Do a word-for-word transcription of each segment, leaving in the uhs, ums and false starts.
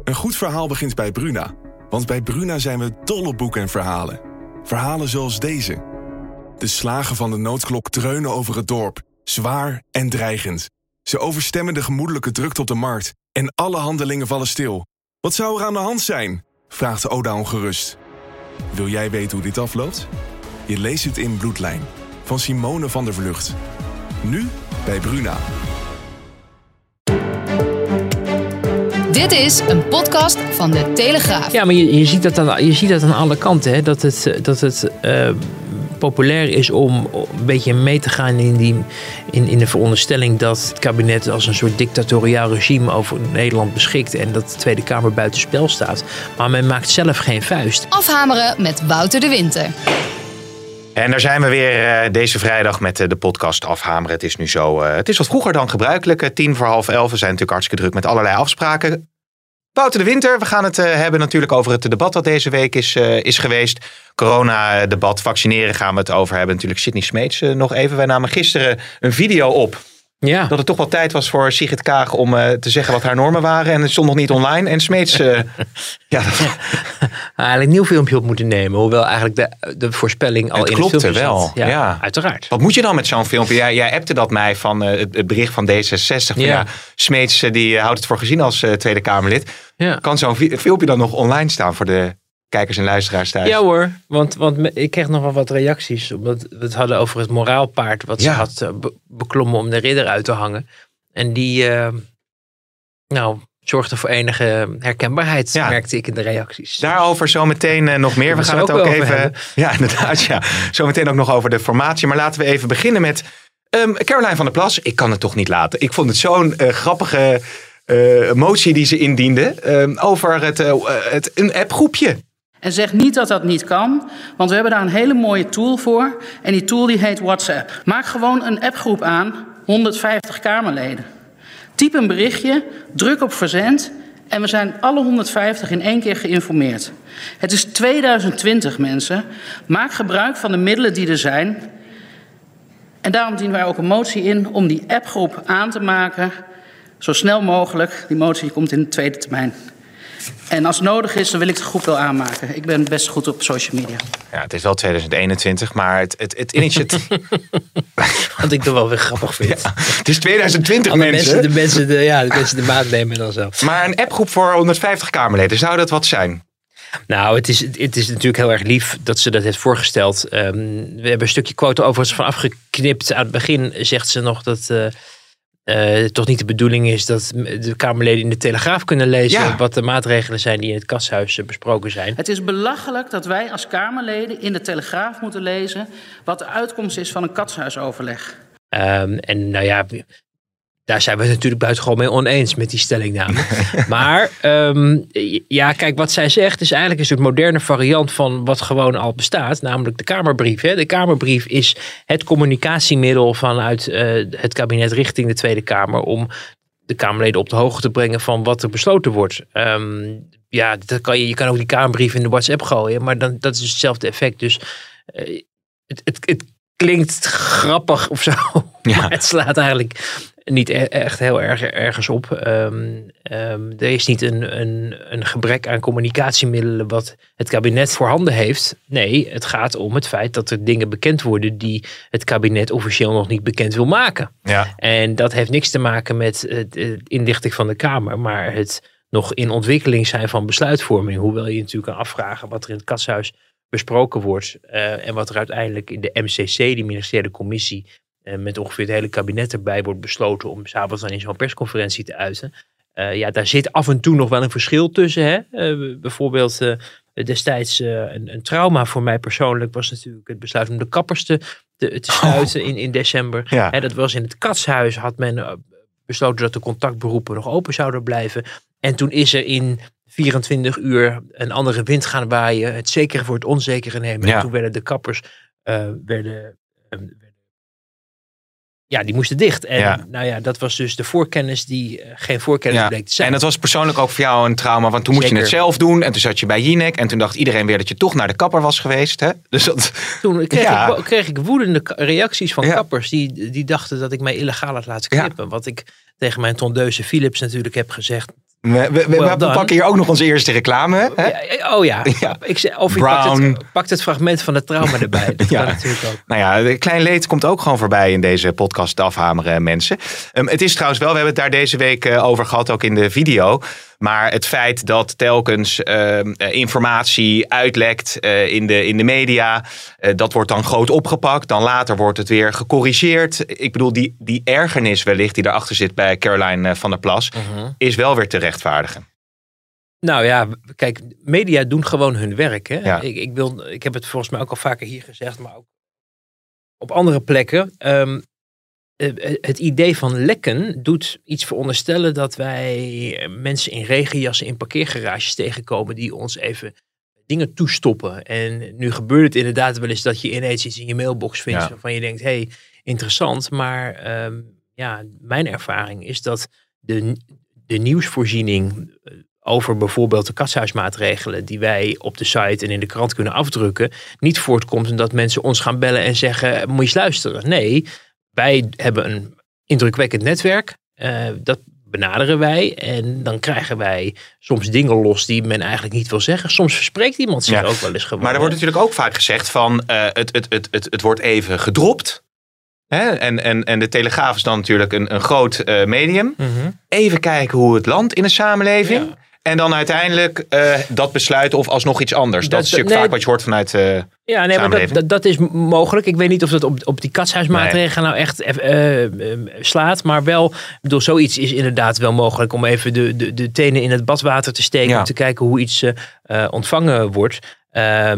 Een goed verhaal begint bij Bruna. Want bij Bruna zijn we dol op boeken en verhalen. Verhalen zoals deze. De slagen van de noodklok dreunen over het dorp. Zwaar en dreigend. Ze overstemmen de gemoedelijke drukte op de markt. En alle handelingen vallen stil. Wat zou er aan de hand zijn? Vraagt Oda ongerust. Wil jij weten hoe dit afloopt? Je leest het in Bloedlijn. Van Simone van der Vlucht. Nu bij Bruna. Dit is een podcast van De Telegraaf. Ja, maar je, je, ziet, dat aan, je ziet dat aan alle kanten. Hè? Dat het, dat het uh, populair is om een beetje mee te gaan in, die, in, in de veronderstelling dat het kabinet als een soort dictatoriaal regime over Nederland beschikt en dat de Tweede Kamer buitenspel staat. Maar men maakt zelf geen vuist. Afhameren met Wouter de Winter. En daar zijn we weer uh, deze vrijdag met uh, de podcast Afhameren. Het is nu zo, uh, het is wat vroeger dan gebruikelijk. Uh, tien voor half elf. We zijn natuurlijk hartstikke druk met allerlei afspraken. Wouter de Winter, we gaan het uh, hebben natuurlijk over het debat dat deze week is, uh, is geweest. Corona-debat, vaccineren gaan we het over hebben. Natuurlijk Sydney Smeets uh, nog even. Wij namen gisteren een video op. Ja. Dat het toch wel tijd was voor Sigrid Kaag om uh, te zeggen wat haar normen waren. En het stond nog niet online. En Smeets... Uh, ja, dat... Eigenlijk een nieuw filmpje op moeten nemen. Hoewel eigenlijk de, de voorspelling al het in klopte het filmpje wel. zat. Ja, ja, uiteraard. Wat moet je dan met zo'n filmpje? Jij, jij appte dat mij van uh, het, het bericht van D zesenzestig. Van, ja. Ja, Smeets uh, die uh, houdt het voor gezien als uh, Tweede Kamerlid. Ja. Kan zo'n vi- filmpje dan nog online staan voor de kijkers en luisteraars thuis? Ja hoor, want, want ik kreeg nog wel wat reacties. Omdat we het hadden over het moraalpaard wat ja. ze had uh, be- beklommen om de ridder uit te hangen. En die uh, nou, zorgde voor enige herkenbaarheid, ja. merkte ik in de reacties. Daarover zometeen uh, nog meer. We gaan het ook, ook even... Hebben. Ja, inderdaad. Ja. Zometeen ook nog over de formatie. Maar laten we even beginnen met um, Caroline van der Plas. Ik kan het toch niet laten. Ik vond het zo'n uh, grappige uh, motie die ze indiende. Um, over het, uh, het, een appgroepje. En zeg niet dat dat niet kan, want we hebben daar een hele mooie tool voor. En die tool die heet WhatsApp. Maak gewoon een appgroep aan, honderdvijftig Kamerleden. Typ een berichtje, druk op verzend en we zijn alle honderdvijftig in één keer geïnformeerd. Het is tweeduizend twintig, mensen. Maak gebruik van de middelen die er zijn. En daarom dienen wij ook een motie in om die appgroep aan te maken, zo snel mogelijk. Die motie komt in de tweede termijn. En als het nodig is, dan wil ik de groep wel aanmaken. Ik ben best goed op social media. Ja, het is wel tweeduizend eenentwintig, maar het, het, het initiatief... Wat ik toch wel weer grappig vind. Ja, het is tweeduizend twintig, Alle mensen. mensen. De mensen, de, ja, de mensen de maat nemen dan zo. Maar een appgroep voor honderdvijftig Kamerleden, zou dat wat zijn? Nou, het is, het is natuurlijk heel erg lief dat ze dat heeft voorgesteld. Um, we hebben een stukje quote overigens van afgeknipt. Aan het begin zegt ze nog dat... Uh, Uh, toch niet de bedoeling is dat de Kamerleden in de Telegraaf kunnen lezen ja. wat de maatregelen zijn die in het Katshuis besproken zijn. Het is belachelijk dat wij als Kamerleden in de Telegraaf moeten lezen wat de uitkomst is van een Katshuisoverleg. Um, en nou ja, daar zijn we het natuurlijk buitengewoon mee oneens met die stellingname. Maar um, ja, kijk, wat zij zegt is eigenlijk een soort moderne variant van wat gewoon al bestaat. Namelijk de Kamerbrief. Hè. De Kamerbrief is het communicatiemiddel vanuit uh, het kabinet richting de Tweede Kamer om de Kamerleden op de hoogte te brengen van wat er besloten wordt. Um, ja, dat kan je, je kan ook die Kamerbrief in de WhatsApp gooien, maar dan, dat is hetzelfde effect. Dus uh, het, het, het klinkt grappig of zo, ja. maar het slaat eigenlijk niet echt heel erg ergens op. Um, um, er is niet een, een, een gebrek aan communicatiemiddelen wat het kabinet voorhanden heeft. Nee, het gaat om het feit dat er dingen bekend worden die het kabinet officieel nog niet bekend wil maken. Ja. En dat heeft niks te maken met de inlichting van de Kamer, maar het nog in ontwikkeling zijn van besluitvorming. Hoewel je natuurlijk kan afvragen wat er in het Katshuis besproken wordt uh, en wat er uiteindelijk in de M C C, die ministeriële commissie, met ongeveer het hele kabinet erbij wordt besloten om s'avonds dan in zo'n persconferentie te uiten. Uh, ja, daar zit af en toe nog wel een verschil tussen. Hè? Uh, bijvoorbeeld uh, destijds uh, een, een trauma voor mij persoonlijk was natuurlijk het besluit om de kappers te, te, te sluiten oh. in, in december. Ja. Hè, dat was in het Katshuis, had men uh, besloten dat de contactberoepen nog open zouden blijven. En toen is er in vierentwintig uur een andere wind gaan waaien, het zekere voor het onzekere nemen. Ja. En toen werden de kappers uh, werden... Uh, Ja, die moesten dicht. En ja. nou ja, dat was dus de voorkennis die uh, geen voorkennis ja. bleek te zijn. En dat was persoonlijk ook voor jou een trauma, want toen moest Zeker. je het zelf doen. En toen zat je bij Jinek en toen dacht iedereen weer dat je toch naar de kapper was geweest. Hè? Dus dat, toen kreeg, ja. ik, kreeg ik woedende reacties van ja. kappers die, die dachten dat ik mij illegaal had laten knippen. Ja. Wat ik tegen mijn tondeuze Philips natuurlijk heb gezegd. We, we, we, Well we done. pakken hier ook nog onze eerste reclame. Hè? Ja, oh ja. Ja. Ik zeg, of je Brown. pakt het, pakt het fragment van het trauma erbij. Dat Ja. kan natuurlijk ook. Nou ja, de klein leed komt ook gewoon voorbij in deze podcast te afhameren, mensen. Um, het is trouwens wel, we hebben het daar deze week uh, over gehad, ook in de video. Maar het feit dat telkens uh, informatie uitlekt uh, in, de, in de media, uh, dat wordt dan groot opgepakt. Dan later wordt het weer gecorrigeerd. Ik bedoel, die, die ergernis wellicht die erachter zit bij Caroline van der Plas, uh-huh. is wel weer te rechtvaardigen. Nou ja, kijk, media doen gewoon hun werk. Hè? Ja. Ik, ik, wil, ik heb het volgens mij ook al vaker hier gezegd, maar ook op andere plekken. Um, het idee van lekken doet iets veronderstellen dat wij mensen in regenjassen in parkeergarages tegenkomen die ons even dingen toestoppen. En nu gebeurt het inderdaad wel eens dat je ineens iets in je mailbox vindt ja. waarvan je denkt, hé, hey, interessant. Maar um, ja, mijn ervaring is dat de, de nieuwsvoorziening over bijvoorbeeld de katshuismaatregelen die wij op de site en in de krant kunnen afdrukken, niet voortkomt omdat mensen ons gaan bellen en zeggen, moet je eens luisteren. Nee, wij hebben een indrukwekkend netwerk. Uh, dat benaderen wij. En dan krijgen wij soms dingen los die men eigenlijk niet wil zeggen. Soms verspreekt iemand zich ja. ook wel eens gewoon. Maar er wordt natuurlijk ook vaak gezegd van uh, het, het, het, het, het wordt even gedropt. Hè? En, en, en de Telegraaf is dan natuurlijk een, een groot uh, medium. Mm-hmm. Even kijken hoe het landt in de samenleving. Ja. En dan uiteindelijk uh, dat besluiten of alsnog iets anders. Dat, dat is natuurlijk nee, vaak wat je hoort vanuit uh, ja, nee, maar dat, dat, dat is mogelijk. Ik weet niet of dat op, op die katshuismaatregelen nee. nou echt uh, uh, slaat. Maar wel, bedoel, zoiets is inderdaad wel mogelijk om even de, de, de tenen in het badwater te steken. Ja. Om te kijken hoe iets uh, ontvangen wordt. Uh,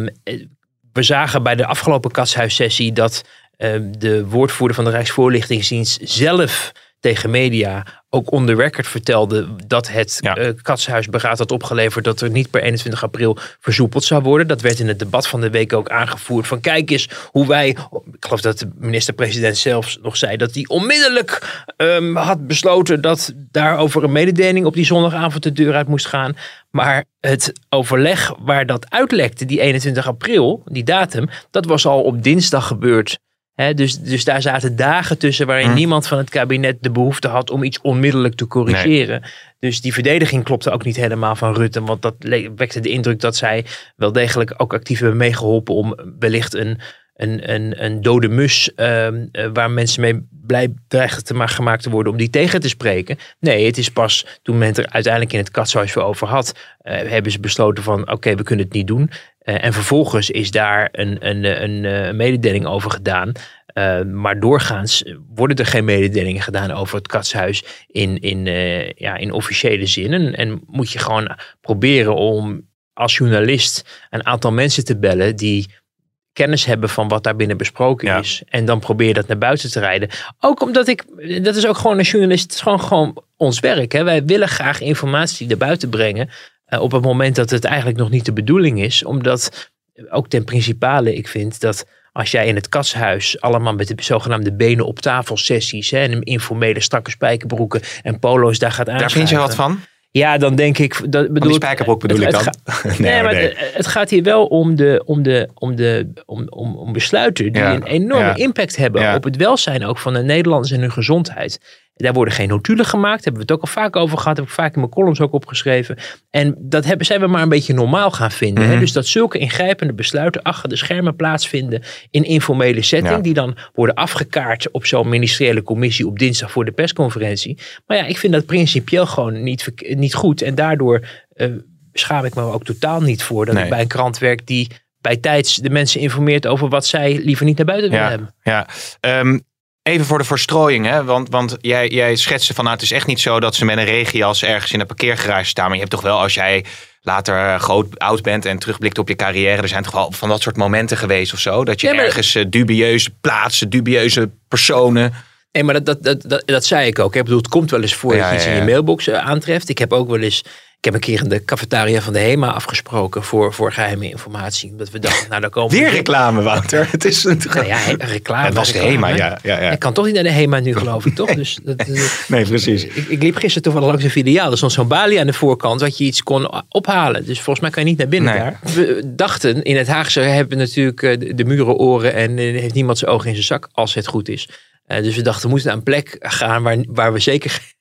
we zagen bij de afgelopen katshuissessie dat uh, de woordvoerder van de Rijksvoorlichtingsdienst zelf tegen media ook on the record vertelde dat het ja. uh, katshuisberaad had opgeleverd dat er niet per eenentwintig april versoepeld zou worden. Dat werd in het debat van de week ook aangevoerd. Van kijk eens hoe wij, ik geloof dat de minister-president zelfs nog zei dat hij onmiddellijk um, had besloten dat daar over een mededeling op die zondagavond de deur uit moest gaan. Maar het overleg waar dat uitlekte, die eenentwintig april, die datum, dat was al op dinsdag gebeurd. He, dus, dus daar zaten dagen tussen waarin hmm. niemand van het kabinet de behoefte had om iets onmiddellijk te corrigeren. Nee. Dus die verdediging klopte ook niet helemaal van Rutte. Want dat wekte de indruk dat zij wel degelijk ook actief hebben meegeholpen om wellicht een, een, een, een dode mus uh, waar mensen mee blij dreigden te maar gemaakt te worden om die tegen te spreken. Nee, het is pas toen men het er uiteindelijk in het katshuis voor over had, uh, hebben ze besloten van oké, okay, we kunnen het niet doen. Uh, en vervolgens is daar een, een, een, een mededeling over gedaan. Uh, maar doorgaans worden er geen mededelingen gedaan over het katshuis in, in, uh, ja, in officiële zin. En, en moet je gewoon proberen om als journalist een aantal mensen te bellen die kennis hebben van wat daar binnen besproken ja. is. En dan probeer je dat naar buiten te rijden. Ook omdat ik, dat is ook gewoon een journalist, het is gewoon, gewoon ons werk. Hè? Wij willen graag informatie naar buiten brengen uh, op het moment dat het eigenlijk nog niet de bedoeling is. Omdat ook ten principale ik vind dat als jij in het katshuis allemaal met de zogenaamde benen op tafel sessies hè, en informele strakke spijkerbroeken en polo's daar gaat aanschuiven. Daar vind je wat van? Ja, dan denk ik. Dat bedoel, van die spijkerbroek bedoel het, ik het dan? Ga, nee, nee, maar nee. Het, het gaat hier wel om, de, om, de, om, de, om, om, om besluiten die ja. een enorme ja. impact hebben ja. op het welzijn ook van de Nederlanders en hun gezondheid. Daar worden geen notulen gemaakt. Daar hebben we het ook al vaak over gehad. Heb ik vaak in mijn columns ook opgeschreven. En dat hebben, zijn we maar een beetje normaal gaan vinden. Mm-hmm. Hè? Dus dat zulke ingrijpende besluiten achter de schermen plaatsvinden in informele setting. Ja. Die dan worden afgekaart op zo'n ministeriële commissie op dinsdag voor de persconferentie. Maar ja, ik vind dat principieel gewoon niet, niet goed. En daardoor uh, schaam ik me ook totaal niet voor dat nee. ik bij een krant werk die bij tijds de mensen informeert over wat zij liever niet naar buiten willen ja. hebben. Ja, um... Even voor de verstrooiing, hè? Want, want jij, jij schetste van, nou, het is echt niet zo dat ze met een regenjas ergens in een parkeergarage staan. Maar je hebt toch wel, als jij later groot, oud bent en terugblikt op je carrière, er zijn toch wel van dat soort momenten geweest of zo? Dat je ja, maar... ergens uh, dubieuze plaatsen, dubieuze personen. Nee, maar dat, dat, dat, dat, dat zei ik ook. Ik bedoel, het komt wel eens voor ja, dat je iets ja, ja. in je mailbox uh, aantreft. Ik heb ook wel eens... Ik heb een keer in de cafetaria van de HEMA afgesproken voor, voor geheime informatie. Omdat we dachten, nou daar komen weer reclame, Wouter. Het is een nou ja, reclame. Het was reclame, de HEMA, ja, ja, ja. Ik kan toch niet naar de HEMA nu, geloof ik, toch? Nee, dus dat, nee precies. Ik, ik liep gisteren toevallig langs een filiaal. Er stond zo'n balie aan de voorkant, wat je iets kon ophalen. Dus volgens mij kan je niet naar binnen nee. daar. We dachten, in het Haagse hebben we natuurlijk de, de muren oren en heeft niemand zijn ogen in zijn zak, als het goed is. Uh, dus we dachten, we moeten naar een plek gaan waar, waar we zeker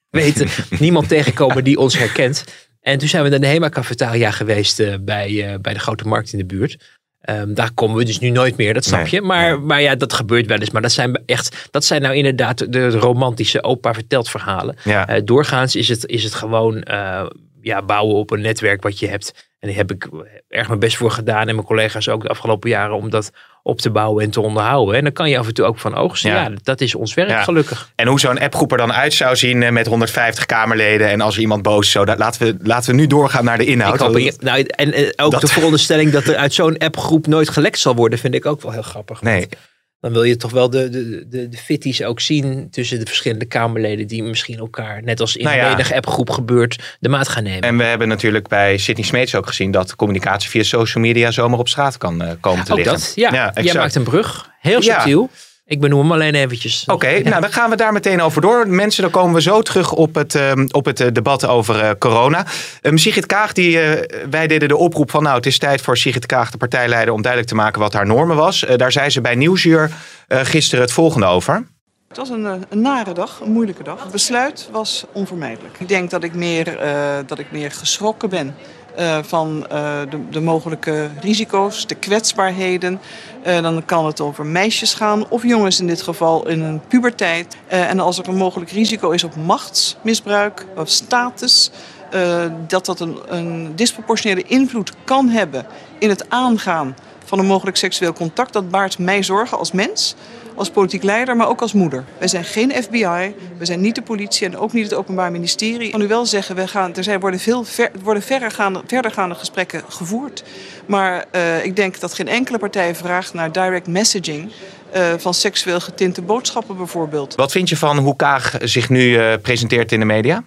weten. Niemand tegenkomen die ons herkent. En toen zijn we naar de Hema Cafetaria geweest uh, bij, uh, bij de Grote Markt in de buurt. Um, daar komen we dus nu nooit meer, dat snap nee, je. Maar, nee. maar ja, dat gebeurt wel eens. Maar dat zijn echt, dat zijn nou inderdaad de romantische opa verteld verhalen. Ja. Uh, doorgaans is het, is het gewoon uh, ja, bouwen op een netwerk wat je hebt. En daar heb ik erg mijn best voor gedaan. En mijn collega's ook de afgelopen jaren om dat op te bouwen en te onderhouden. En dan kan je af en toe ook van oogsten. Ja, ja dat is ons werk, ja. gelukkig. En hoe zo'n appgroep er dan uit zou zien met honderdvijftig Kamerleden. En als er iemand boos is, zo, dat, laten, we, laten we nu doorgaan naar de inhoud. Ik hoop, dat, nou, en, en ook dat, de veronderstelling dat er uit zo'n appgroep nooit gelekt zal worden, vind ik ook wel heel grappig. Nee. Dan wil je toch wel de, de, de, de fitties ook zien tussen de verschillende Kamerleden die misschien elkaar, net als in nou ja. menige appgroep gebeurt, de maat gaan nemen. En we hebben natuurlijk bij Sidney Smeets ook gezien dat communicatie via social media zomaar op straat kan uh, komen te ook liggen. Dat, ja. ja Jij maakt een brug. Heel subtiel. Ja. Ik benoem hem alleen eventjes. Oké, okay, ja. nou dan gaan we daar meteen over door. Mensen, dan komen we zo terug op het, uh, op het uh, debat over uh, corona. Um, Sigrid Kaag, die, uh, wij deden de oproep van nou het is tijd voor Sigrid Kaag, de partijleider, om duidelijk te maken wat haar normen was. Uh, daar zei ze bij Nieuwsuur uh, gisteren het volgende over. Het was een, een nare dag, een moeilijke dag. Het besluit was onvermijdelijk. Ik denk dat ik meer, uh, dat ik meer geschrokken ben. Uh, van uh, de, de mogelijke risico's, de kwetsbaarheden. Uh, dan kan het over meisjes gaan of jongens in dit geval in een puberteit. Uh, en als er een mogelijk risico is op machtsmisbruik of status, uh, dat dat een, een disproportionele invloed kan hebben in het aangaan van een mogelijk seksueel contact. Dat baart mij zorgen als mens, als politiek leider, maar ook als moeder. Wij zijn geen F B I, we zijn niet de politie en ook niet het Openbaar Ministerie. Ik kan u wel zeggen, we gaan, er zijn, worden, veel ver, worden verdergaande, verdergaande gesprekken gevoerd. Maar uh, ik denk dat geen enkele partij vraagt naar direct messaging uh, van seksueel getinte boodschappen bijvoorbeeld. Wat vind je van hoe Kaag zich nu uh, presenteert in de media?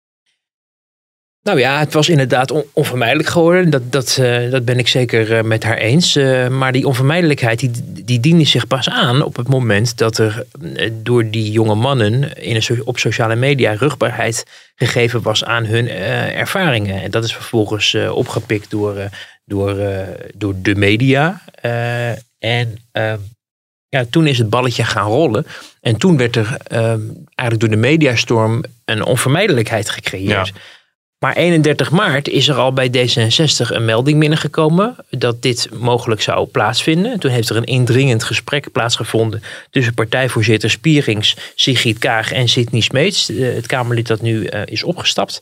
Nou ja, het was inderdaad on- onvermijdelijk geworden. Dat, dat, uh, dat ben ik zeker uh, met haar eens. Uh, maar die onvermijdelijkheid die, die diende zich pas aan op het moment dat er uh, door die jonge mannen in een so- op sociale media rugbaarheid gegeven was aan hun uh, ervaringen. En dat is vervolgens uh, opgepikt door, uh, door, uh, door de media. Uh, en uh, ja, toen is het balletje gaan rollen. En toen werd er uh, eigenlijk door de mediastorm een onvermijdelijkheid gecreëerd. Ja. Maar eenendertig maart is er al bij D zesenzestig een melding binnengekomen dat dit mogelijk zou plaatsvinden. Toen heeft er een indringend gesprek plaatsgevonden tussen partijvoorzitter Spierings, Sigrid Kaag en Sidney Smeets, het Kamerlid dat nu uh, is opgestapt.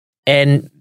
En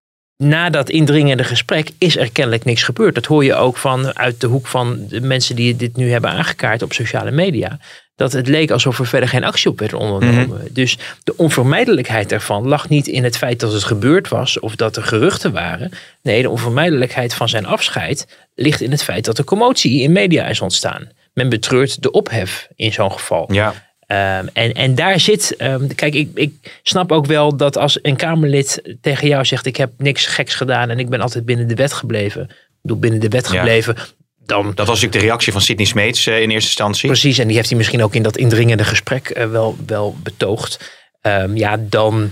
na dat indringende gesprek is er kennelijk niks gebeurd. Dat hoor je ook van uit de hoek van de mensen die dit nu hebben aangekaart op sociale media. Dat het leek alsof er verder geen actie op werd ondernomen. Mm-hmm. Dus de onvermijdelijkheid ervan lag niet in het feit dat het gebeurd was of dat er geruchten waren. Nee, de onvermijdelijkheid van zijn afscheid ligt in het feit dat er commotie in media is ontstaan. Men betreurt de ophef in zo'n geval. Ja. Um, en, en daar zit, um, kijk, ik, ik snap ook wel dat als een Kamerlid tegen jou zegt: ik heb niks geks gedaan en ik ben altijd binnen de wet gebleven. Ik bedoel, binnen de wet gebleven. Ja. Dan, dat was natuurlijk de reactie van Sidney Smeets uh, in eerste instantie. Precies, en die heeft hij misschien ook in dat indringende gesprek uh, wel, wel betoogd. Um, ja, dan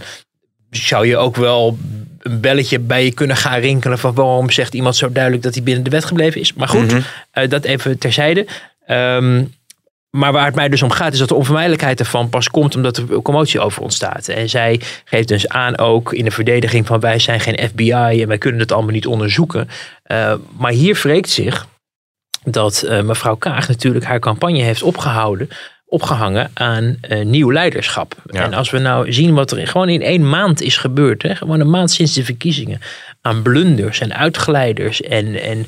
zou je ook wel een belletje bij je kunnen gaan rinkelen van waarom zegt iemand zo duidelijk dat hij binnen de wet gebleven is. Maar goed, mm-hmm. uh, dat even terzijde. Um, maar waar het mij dus om gaat is dat de onvermijdelijkheid ervan pas komt omdat er commotie over ontstaat. En zij geeft dus aan ook in de verdediging van wij zijn geen F B I en wij kunnen het allemaal niet onderzoeken. Uh, maar hier wreekt zich dat uh, mevrouw Kaag natuurlijk haar campagne heeft opgehouden, opgehangen aan uh, nieuw leiderschap. Ja. En als we nou zien wat er gewoon in één maand is gebeurd, hè, gewoon een maand sinds de verkiezingen, aan blunders en uitglijders en, en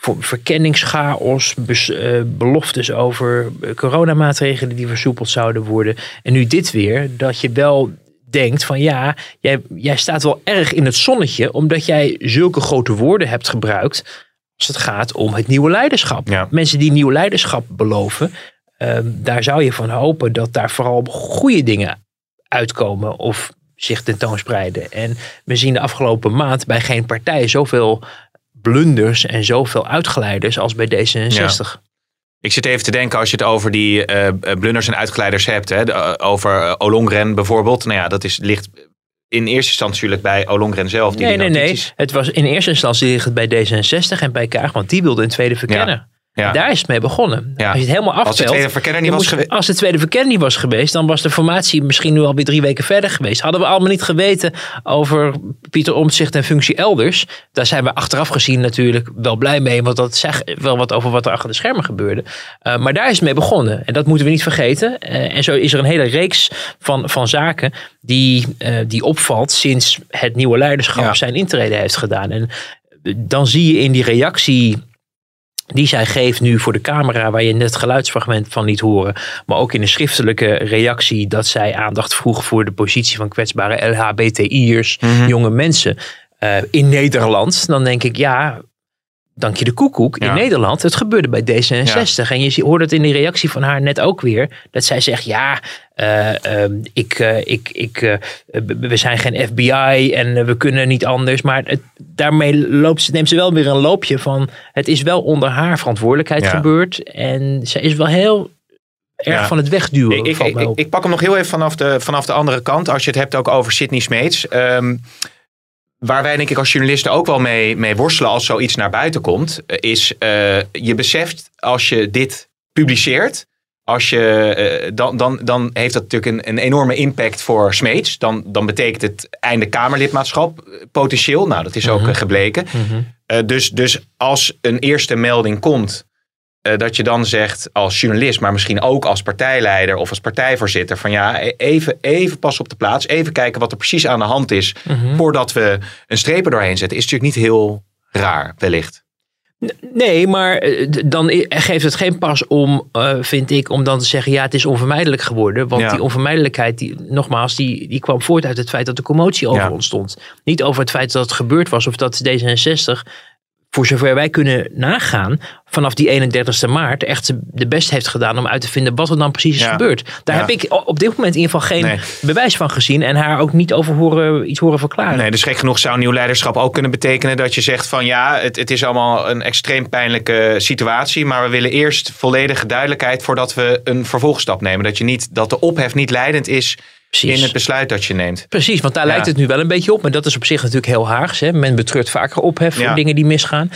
verkenningschaos, bes, uh, beloftes over coronamaatregelen die versoepeld zouden worden. En nu dit weer, dat je wel denkt van ja, jij, jij staat wel erg in het zonnetje, omdat jij zulke grote woorden hebt gebruikt als het gaat om het nieuwe leiderschap. Ja. Mensen die nieuw leiderschap beloven, um, daar zou je van hopen dat daar vooral goede dingen uitkomen of zich tentoonspreiden. En we zien de afgelopen maand bij geen partij zoveel blunders en zoveel uitglijders als bij D zesenzestig. Ja. Ik zit even te denken als je het over die uh, blunders en uitglijders hebt. Hè, de, uh, over uh, Ollongren bijvoorbeeld. Nou ja, dat is, ligt in eerste instantie natuurlijk bij Ollongren zelf. Die nee, die nee, nee. Het was in eerste instantie ligt het bij D zesenzestig en bij Kaag, want die wilde een tweede verkenner. Ja. Ja. Daar is het mee begonnen. Ja. Als je het helemaal aftelt. Als de tweede verkenner niet was moest, geweest. Als de tweede verkenner niet was geweest, dan was de formatie misschien nu alweer drie weken verder geweest. Hadden we allemaal niet geweten over Pieter Omtzigt en functie elders. Daar zijn we achteraf gezien natuurlijk wel blij mee. Want dat zegt wel wat over wat er achter de schermen gebeurde. Uh, maar daar is het mee begonnen. En dat moeten we niet vergeten. Uh, en zo is er een hele reeks van, van zaken die, uh, die opvalt sinds het nieuwe leiderschap ja. zijn intrede heeft gedaan. En dan zie je in die reactie die zij geeft nu voor de camera, waar je net het geluidsfragment van liet horen, maar ook in de schriftelijke reactie dat zij aandacht vroeg voor de positie van kwetsbare L H B T I'ers, mm-hmm. jonge mensen uh, in Nederland. Dan denk ik, ja, dank je de koekoek. In ja. Nederland, het gebeurde bij D zesenzestig. Ja. En je hoort het in de reactie van haar net ook weer, dat zij zegt, ja, uh, uh, ik, uh, ik, ik, uh, we zijn geen F B I en uh, we kunnen niet anders. Maar het, daarmee loopt ze, neemt ze wel weer een loopje van, het is wel onder haar verantwoordelijkheid ja. gebeurd. En ze is wel heel erg ja. van het wegduwen. Ik, ik, ik, ik pak hem nog heel even vanaf de, vanaf de andere kant. Als je het hebt ook over Sydney Smeets. Um, Waar wij denk ik als journalisten ook wel mee, mee worstelen als zoiets naar buiten komt, is uh, je beseft als je dit publiceert, als je, uh, dan, dan, dan heeft dat natuurlijk een, een enorme impact voor Smeets. Dan, dan betekent het einde Kamerlidmaatschap potentieel. Nou, dat is ook mm-hmm. gebleken. Mm-hmm. Uh, dus, dus als een eerste melding komt, Uh, dat je dan zegt als journalist, maar misschien ook als partijleider of als partijvoorzitter, van ja, even, even pas op de plaats, even kijken wat er precies aan de hand is, mm-hmm. voordat we een streep er doorheen zetten, is natuurlijk niet heel raar, wellicht. Nee, maar dan geeft het geen pas om, uh, vind ik, om dan te zeggen, ja, het is onvermijdelijk geworden. Want ja. die onvermijdelijkheid, die, nogmaals, die, die kwam voort uit het feit dat er commotie over ja. ontstond. Niet over het feit dat het gebeurd was of dat D zesenzestig, voor zover wij kunnen nagaan, vanaf die eenendertigste maart echt de best heeft gedaan om uit te vinden wat er dan precies is ja. gebeurd. Daar ja. heb ik op dit moment in ieder geval geen nee. bewijs van gezien en haar ook niet over horen, iets horen verklaren. Nee, dus gek genoeg zou nieuw leiderschap ook kunnen betekenen dat je zegt van ja, het, het is allemaal een extreem pijnlijke situatie, maar we willen eerst volledige duidelijkheid voordat we een vervolgstap nemen. Dat je niet, dat de ophef niet leidend is Precies. in het besluit dat je neemt. Precies, want daar ja. lijkt het nu wel een beetje op. Maar dat is op zich natuurlijk heel Haags. Hè? Men betreurt vaker ophef voor ja. dingen die misgaan.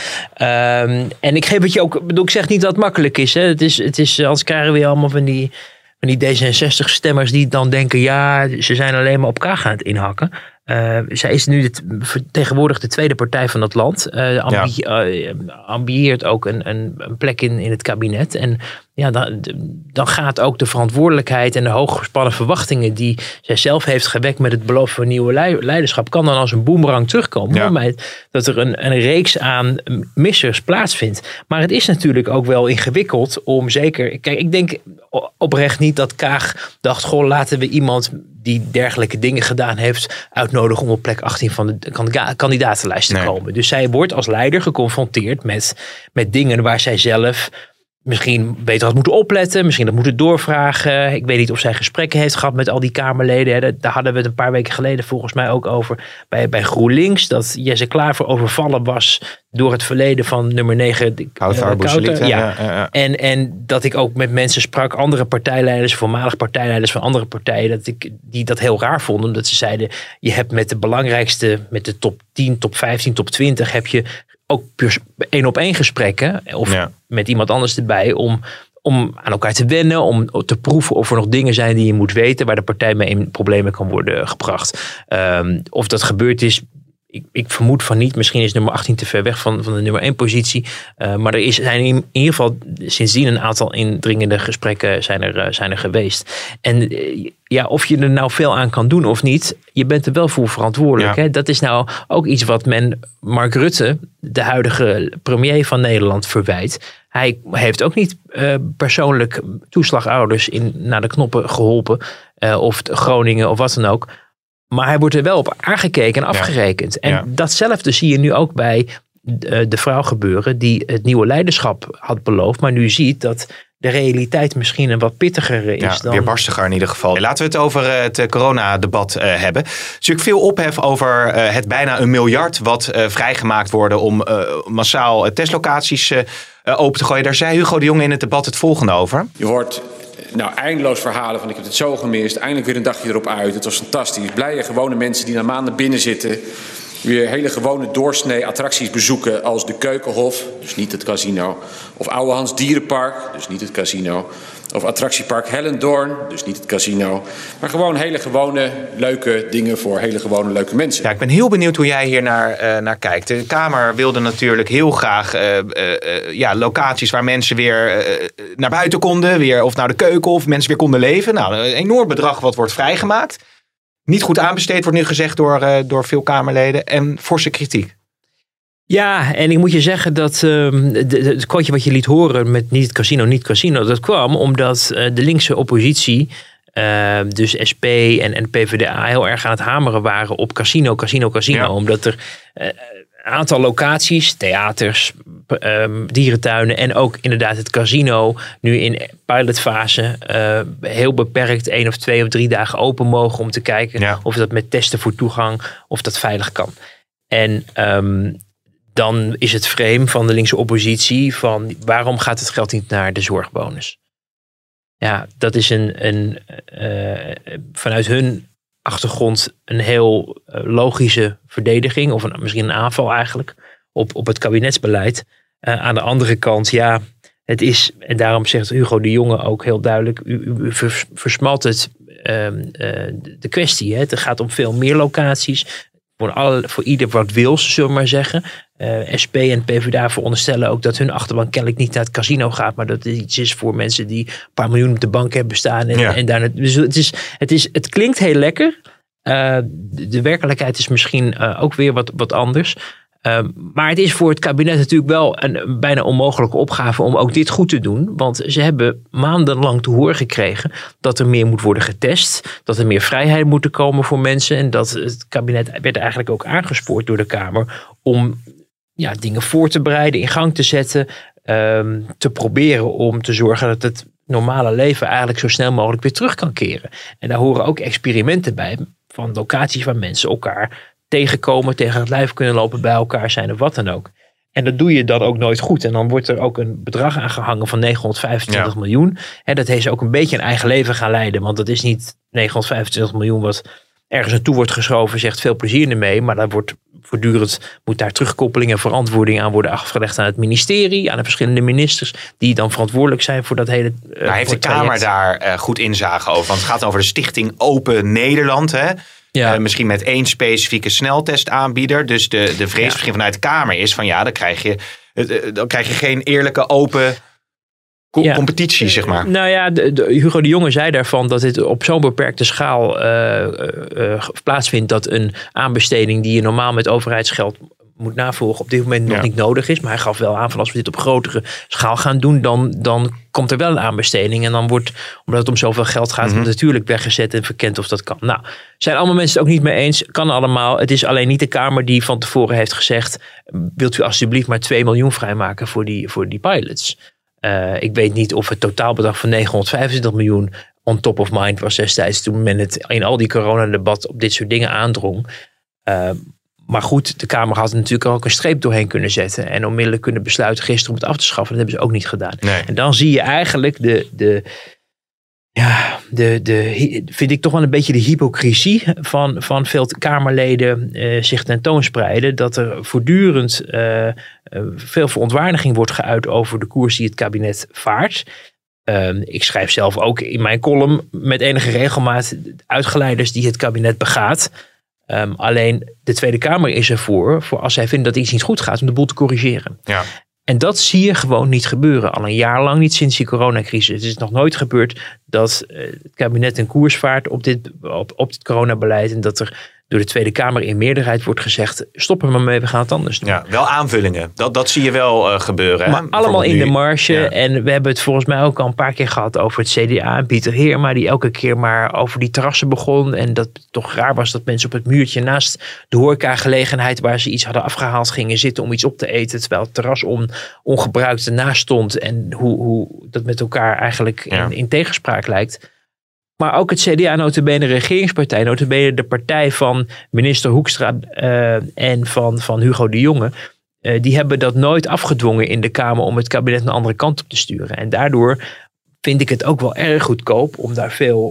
Um, en ik geef het je ook, bedoel, ik zeg niet dat het makkelijk is. Hè? Het is, het is anders krijgen we weer allemaal van die, van die D zesenzestig-stemmers die dan denken, ja, ze zijn alleen maar op elkaar aan het inhakken. Uh, zij is nu de, tegenwoordig de tweede partij van het land. Uh, ambi- ja. uh, ambieert ook een, een, een plek in, in het kabinet. En ja, dan, dan gaat ook de verantwoordelijkheid en de hooggespannen verwachtingen die zij zelf heeft gewekt met het beloven van nieuwe leiderschap, kan dan als een boemerang terugkomen. Ja. Omdat dat er een, een reeks aan missers plaatsvindt. Maar het is natuurlijk ook wel ingewikkeld om zeker. Kijk, ik denk oprecht niet dat Kaag dacht, goh, laten we iemand die dergelijke dingen gedaan heeft uitnodigen om op plek achttien van de kandidatenlijst te nee. komen. Dus zij wordt als leider geconfronteerd met, met dingen waar zij zelf misschien beter had moeten opletten, misschien had moeten doorvragen. Ik weet niet of zij gesprekken heeft gehad met al die Kamerleden. Daar hadden we het een paar weken geleden volgens mij ook over bij, bij GroenLinks. Dat Jesse Klaver overvallen was door het verleden van nummer negen. Kouter, uh, ja. Ja, ja, ja. En, en dat ik ook met mensen sprak, andere partijleiders, voormalig partijleiders van andere partijen, dat ik, die dat heel raar vonden. Omdat ze zeiden, je hebt met de belangrijkste, met de top tien, top vijftien, top twintig, heb je ook één op één gesprekken of ja. met iemand anders erbij om, om aan elkaar te wennen, om te proeven of er nog dingen zijn die je moet weten waar de partij mee in problemen kan worden gebracht. Um, of dat gebeurd is, ik, ik vermoed van niet. Misschien is nummer achttien te ver weg van, van de nummer één positie. Uh, maar er is, zijn in ieder geval sindsdien een aantal indringende gesprekken zijn er, zijn er geweest. En uh, ja, of je er nou veel aan kan doen of niet, je bent er wel voor verantwoordelijk. Ja. Hè? Dat is nou ook iets wat men Mark Rutte, de huidige premier van Nederland, verwijt. Hij heeft ook niet uh, persoonlijk toeslagouders in, naar de knoppen geholpen. Uh, of Groningen of wat dan ook. Maar hij wordt er wel op aangekeken en afgerekend. Ja. En ja. datzelfde zie je nu ook bij de, de vrouw gebeuren die het nieuwe leiderschap had beloofd. Maar nu ziet dat de realiteit misschien een wat pittiger is. Ja, dan weerbarstiger in ieder geval. Laten we het over het coronadebat uh, hebben. Er is natuurlijk veel ophef over uh, het bijna een miljard wat uh, vrijgemaakt worden om uh, massaal uh, testlocaties uh, uh, open te gooien. Daar zei Hugo de Jonge in het debat het volgende over. Je hoort nou eindeloos verhalen van ik heb het zo gemist. Eindelijk weer een dagje erop uit. Het was fantastisch. Blije gewone mensen die na maanden binnen zitten. weer hele gewone doorsnee attracties bezoeken als de Keukenhof, dus niet het casino. Of Ouwehands Dierenpark, dus niet het casino. Of attractiepark Hellendoorn, dus niet het casino. Maar gewoon hele gewone, leuke dingen voor hele gewone, leuke mensen. Ja, ik ben heel benieuwd hoe jij hier naar, uh, naar kijkt. De Kamer wilde natuurlijk heel graag uh, uh, uh, ja, locaties waar mensen weer uh, naar buiten konden. Weer, of naar de keuken of mensen weer konden leven. Nou, een enorm bedrag wat wordt vrijgemaakt. Niet goed aanbesteed wordt nu gezegd door, uh, door veel Kamerleden. En forse kritiek. Ja, en ik moet je zeggen dat uh, het quoteje wat je liet horen met niet het casino, niet het casino, dat kwam omdat uh, de linkse oppositie, uh, dus S P en, en P V D A, heel erg aan het hameren waren op casino, casino, casino. Ja. Omdat er uh, een aantal locaties, theaters, uh, dierentuinen en ook inderdaad het casino nu in pilotfase uh, heel beperkt één of twee of drie dagen open mogen om te kijken ja. of dat met testen voor toegang, of dat veilig kan. En um, dan is het frame van de linkse oppositie van waarom gaat het geld niet naar de zorgbonus? Ja, dat is een, een uh, vanuit hun achtergrond een heel uh, logische verdediging of een, misschien een aanval eigenlijk op, op het kabinetsbeleid. Uh, aan de andere kant, ja, het is, en daarom zegt Hugo de Jonge ook heel duidelijk, u, u vers, versmalt het uh, uh, de kwestie. Hè? Het gaat om veel meer locaties. Voor, alle, voor ieder wat wil, zullen we maar zeggen. Uh, S P en P V D A veronderstellen ook dat hun achterban kennelijk niet naar het casino gaat. Maar dat het iets is voor mensen die een paar miljoen op de bank hebben staan. En, ja. en daar, dus het, is, het, is, het klinkt heel lekker. Uh, de, de werkelijkheid is misschien uh, ook weer wat, wat anders. Uh, maar het is voor het kabinet natuurlijk wel een, een bijna onmogelijke opgave om ook dit goed te doen. Want ze hebben maandenlang te horen gekregen dat er meer moet worden getest. Dat er meer vrijheid moet komen voor mensen. En dat het kabinet werd eigenlijk ook aangespoord door de Kamer om ja, dingen voor te bereiden, in gang te zetten. Um, te proberen om te zorgen dat het normale leven eigenlijk zo snel mogelijk weer terug kan keren. En daar horen ook experimenten bij van locaties waar mensen elkaar tegenkomen, tegen het lijf kunnen lopen, bij elkaar zijn of wat dan ook. En dat doe je dan ook nooit goed. En dan wordt er ook een bedrag aangehangen van negenhonderdvijfentwintig ja. miljoen. En dat heeft ze ook een beetje een eigen leven gaan leiden. Want dat is niet negenhonderdvijfentwintig miljoen wat ergens naartoe wordt geschoven, zegt veel plezier ermee. Maar daar wordt voortdurend, moet daar terugkoppeling en verantwoording aan worden afgelegd aan het ministerie, aan de verschillende ministers, die dan verantwoordelijk zijn voor dat hele uh, Maar heeft de Kamer daar uh, goed inzage over? Want het gaat over de Stichting Open Nederland, hè? Ja. Uh, misschien met één specifieke sneltestaanbieder. Dus de, de vrees ja. misschien vanuit de Kamer is van ja, dan krijg je, uh, dan krijg je geen eerlijke open co- ja. competitie, zeg maar. Nou ja, de, de, Hugo de Jonge zei daarvan dat dit op zo'n beperkte schaal uh, uh, plaatsvindt, dat een aanbesteding die je normaal met overheidsgeld moet navolgen op dit moment nog ja. niet nodig is. Maar hij gaf wel aan van als we dit op grotere schaal gaan doen, dan, dan komt er wel een aanbesteding. En dan wordt, omdat het om zoveel geld gaat, mm-hmm. natuurlijk weggezet en verkend of dat kan. Nou, zijn allemaal mensen het ook niet mee eens. Kan allemaal. Het is alleen niet de Kamer die van tevoren heeft gezegd, wilt u alsjeblieft maar twee miljoen vrijmaken voor die, voor die pilots. Uh, ik weet niet of het totaalbedrag van negenhonderdvijfentwintig miljoen on top of mind was destijds toen men het in al die coronadebat op dit soort dingen aandrong. Uh, Maar goed, de Kamer had natuurlijk ook een streep doorheen kunnen zetten. En onmiddellijk kunnen besluiten gisteren om het af te schaffen. Dat hebben ze ook niet gedaan. Nee. En dan zie je eigenlijk de, de, ja, de, de, vind ik toch wel een beetje de hypocrisie van, van veel Kamerleden uh, zich tentoonspreiden. Dat er voortdurend uh, uh, veel verontwaardiging wordt geuit over de koers die het kabinet vaart. Uh, ik schrijf zelf ook in mijn column met enige regelmaat uitgeleiders die het kabinet begaat. Um, alleen de Tweede Kamer is ervoor, voor als zij vinden dat iets niet goed gaat, om de boel te corrigeren. Ja. En dat zie je gewoon niet gebeuren. Al een jaar lang niet sinds die coronacrisis. Het is nog nooit gebeurd dat uh, het kabinet een koers vaart op dit, op, op dit coronabeleid. En dat er door de Tweede Kamer in meerderheid wordt gezegd, stop er maar mee, we gaan het anders doen. Ja, wel aanvullingen. Dat, dat zie je wel uh, gebeuren. Maar hè? Allemaal in nu. de marge. Ja. En we hebben het volgens mij ook al een paar keer gehad over het C D A en Pieter Heerma, die elke keer maar over die terrassen begon. En dat het toch raar was dat mensen op het muurtje naast de horecagelegenheid waar ze iets hadden afgehaald gingen zitten om iets op te eten. Terwijl het terras on, ongebruikt ernaast stond. En hoe, hoe dat met elkaar eigenlijk ja. in, in tegenspraak lijkt. Maar ook het C D A, nota bene de regeringspartij, nota bene de partij van minister Hoekstra uh, en van, van Hugo de Jonge. Uh, die hebben dat nooit afgedwongen in de Kamer om het kabinet een andere kant op te sturen. En daardoor vind ik het ook wel erg goedkoop om daar veel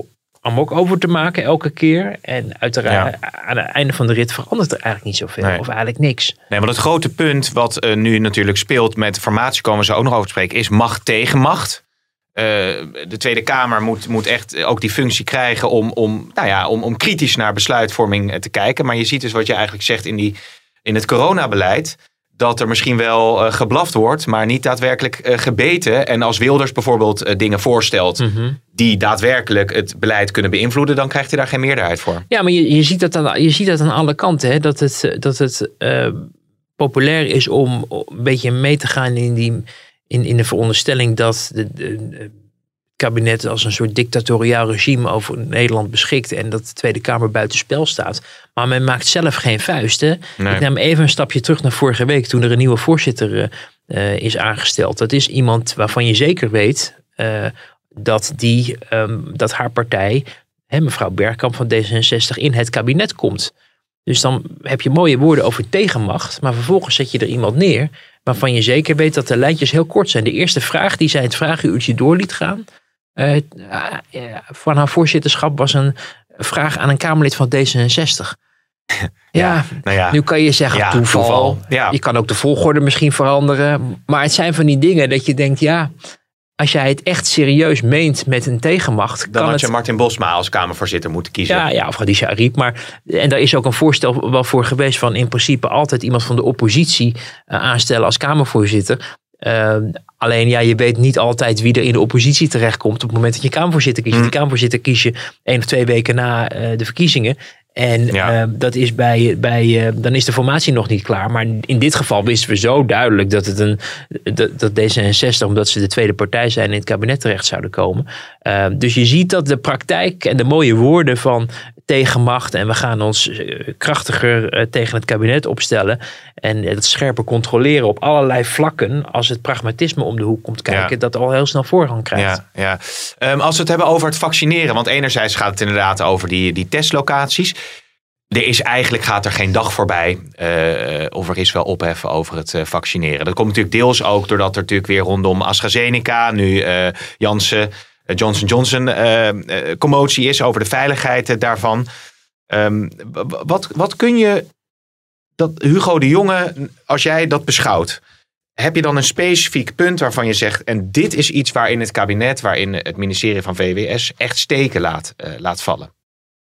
amok over te maken elke keer. En uiteraard ja. aan het einde van de rit verandert er eigenlijk niet zoveel. Nee. Of eigenlijk niks. Nee, maar het grote punt wat uh, nu natuurlijk speelt met formatie, komen ze ook nog over te spreken, is macht tegen macht. Uh, de Tweede Kamer moet, moet echt ook die functie krijgen om, om, nou ja, om, om kritisch naar besluitvorming te kijken. Maar je ziet dus wat je eigenlijk zegt in, die, in het coronabeleid, dat er misschien wel uh, geblaft wordt, maar niet daadwerkelijk uh, gebeten. En als Wilders bijvoorbeeld uh, dingen voorstelt mm-hmm. die daadwerkelijk het beleid kunnen beïnvloeden, dan krijgt hij daar geen meerderheid voor. Ja, maar je, je, ziet, dat aan, je ziet dat aan alle kanten. Hè? Dat het, dat het uh, populair is om een beetje mee te gaan in, die, in, in de veronderstelling dat de, de, de kabinet als een soort dictatoriaal regime over Nederland beschikt en dat de Tweede Kamer buitenspel staat. Maar men maakt zelf geen vuisten. Nee. Ik neem even een stapje terug naar vorige week toen er een nieuwe voorzitter uh, is aangesteld. Dat is iemand waarvan je zeker weet uh, dat, die, um, dat haar partij, hè, mevrouw Bergkamp van D zesenzestig, in het kabinet komt. Dus dan heb je mooie woorden over tegenmacht, maar vervolgens zet je er iemand neer waarvan je zeker weet dat de lijntjes heel kort zijn. De eerste vraag die zij het vragenuurtje door liet gaan Uh, uh, van haar voorzitterschap was een vraag aan een Kamerlid van D zesenzestig. Ja, ja, nou ja. Nu kan je zeggen ja, toeval. toeval. Ja. Je kan ook de volgorde misschien veranderen. Maar het zijn van die dingen dat je denkt, ja, als jij het echt serieus meent met een tegenmacht. Dan kan had het... je Martin Bosma als Kamervoorzitter moeten kiezen. Ja, ja of Khadija Ariep. Maar, en daar is ook een voorstel wel voor geweest van in principe altijd iemand van de oppositie uh, aanstellen als Kamervoorzitter. Uh, alleen ja, je weet niet altijd wie er in de oppositie terechtkomt op het moment dat je Kamervoorzitter kiest. Mm. Die Kamervoorzitter kies je één of twee weken na uh, de verkiezingen. En ja. uh, dat is bij, bij uh, dan is de formatie nog niet klaar. Maar in dit geval wisten we zo duidelijk dat het een dat, dat D zesenzestig, omdat ze de tweede partij zijn, in het kabinet terecht zouden komen. Uh, dus je ziet dat de praktijk en de mooie woorden van tegenmacht en we gaan ons uh, krachtiger uh, tegen het kabinet opstellen en het scherper controleren op allerlei vlakken, als het pragmatisme om de hoek komt kijken, ja. dat al heel snel voorrang krijgt. Ja, ja. Um, als we het hebben over het vaccineren, want enerzijds gaat het inderdaad over die, die testlocaties. Er is eigenlijk, gaat er geen dag voorbij uh, of er is wel ophef over het uh, vaccineren. Dat komt natuurlijk deels ook doordat er natuurlijk weer rondom AstraZeneca, nu uh, Janssen, uh, Johnson Johnson uh, uh, commotie is over de veiligheid uh, daarvan. Um, wat, wat kun je, dat Hugo de Jonge, als jij dat beschouwt, heb je dan een specifiek punt waarvan je zegt, en dit is iets waarin het kabinet, waarin het ministerie van V W S echt steken laat, uh, laat vallen?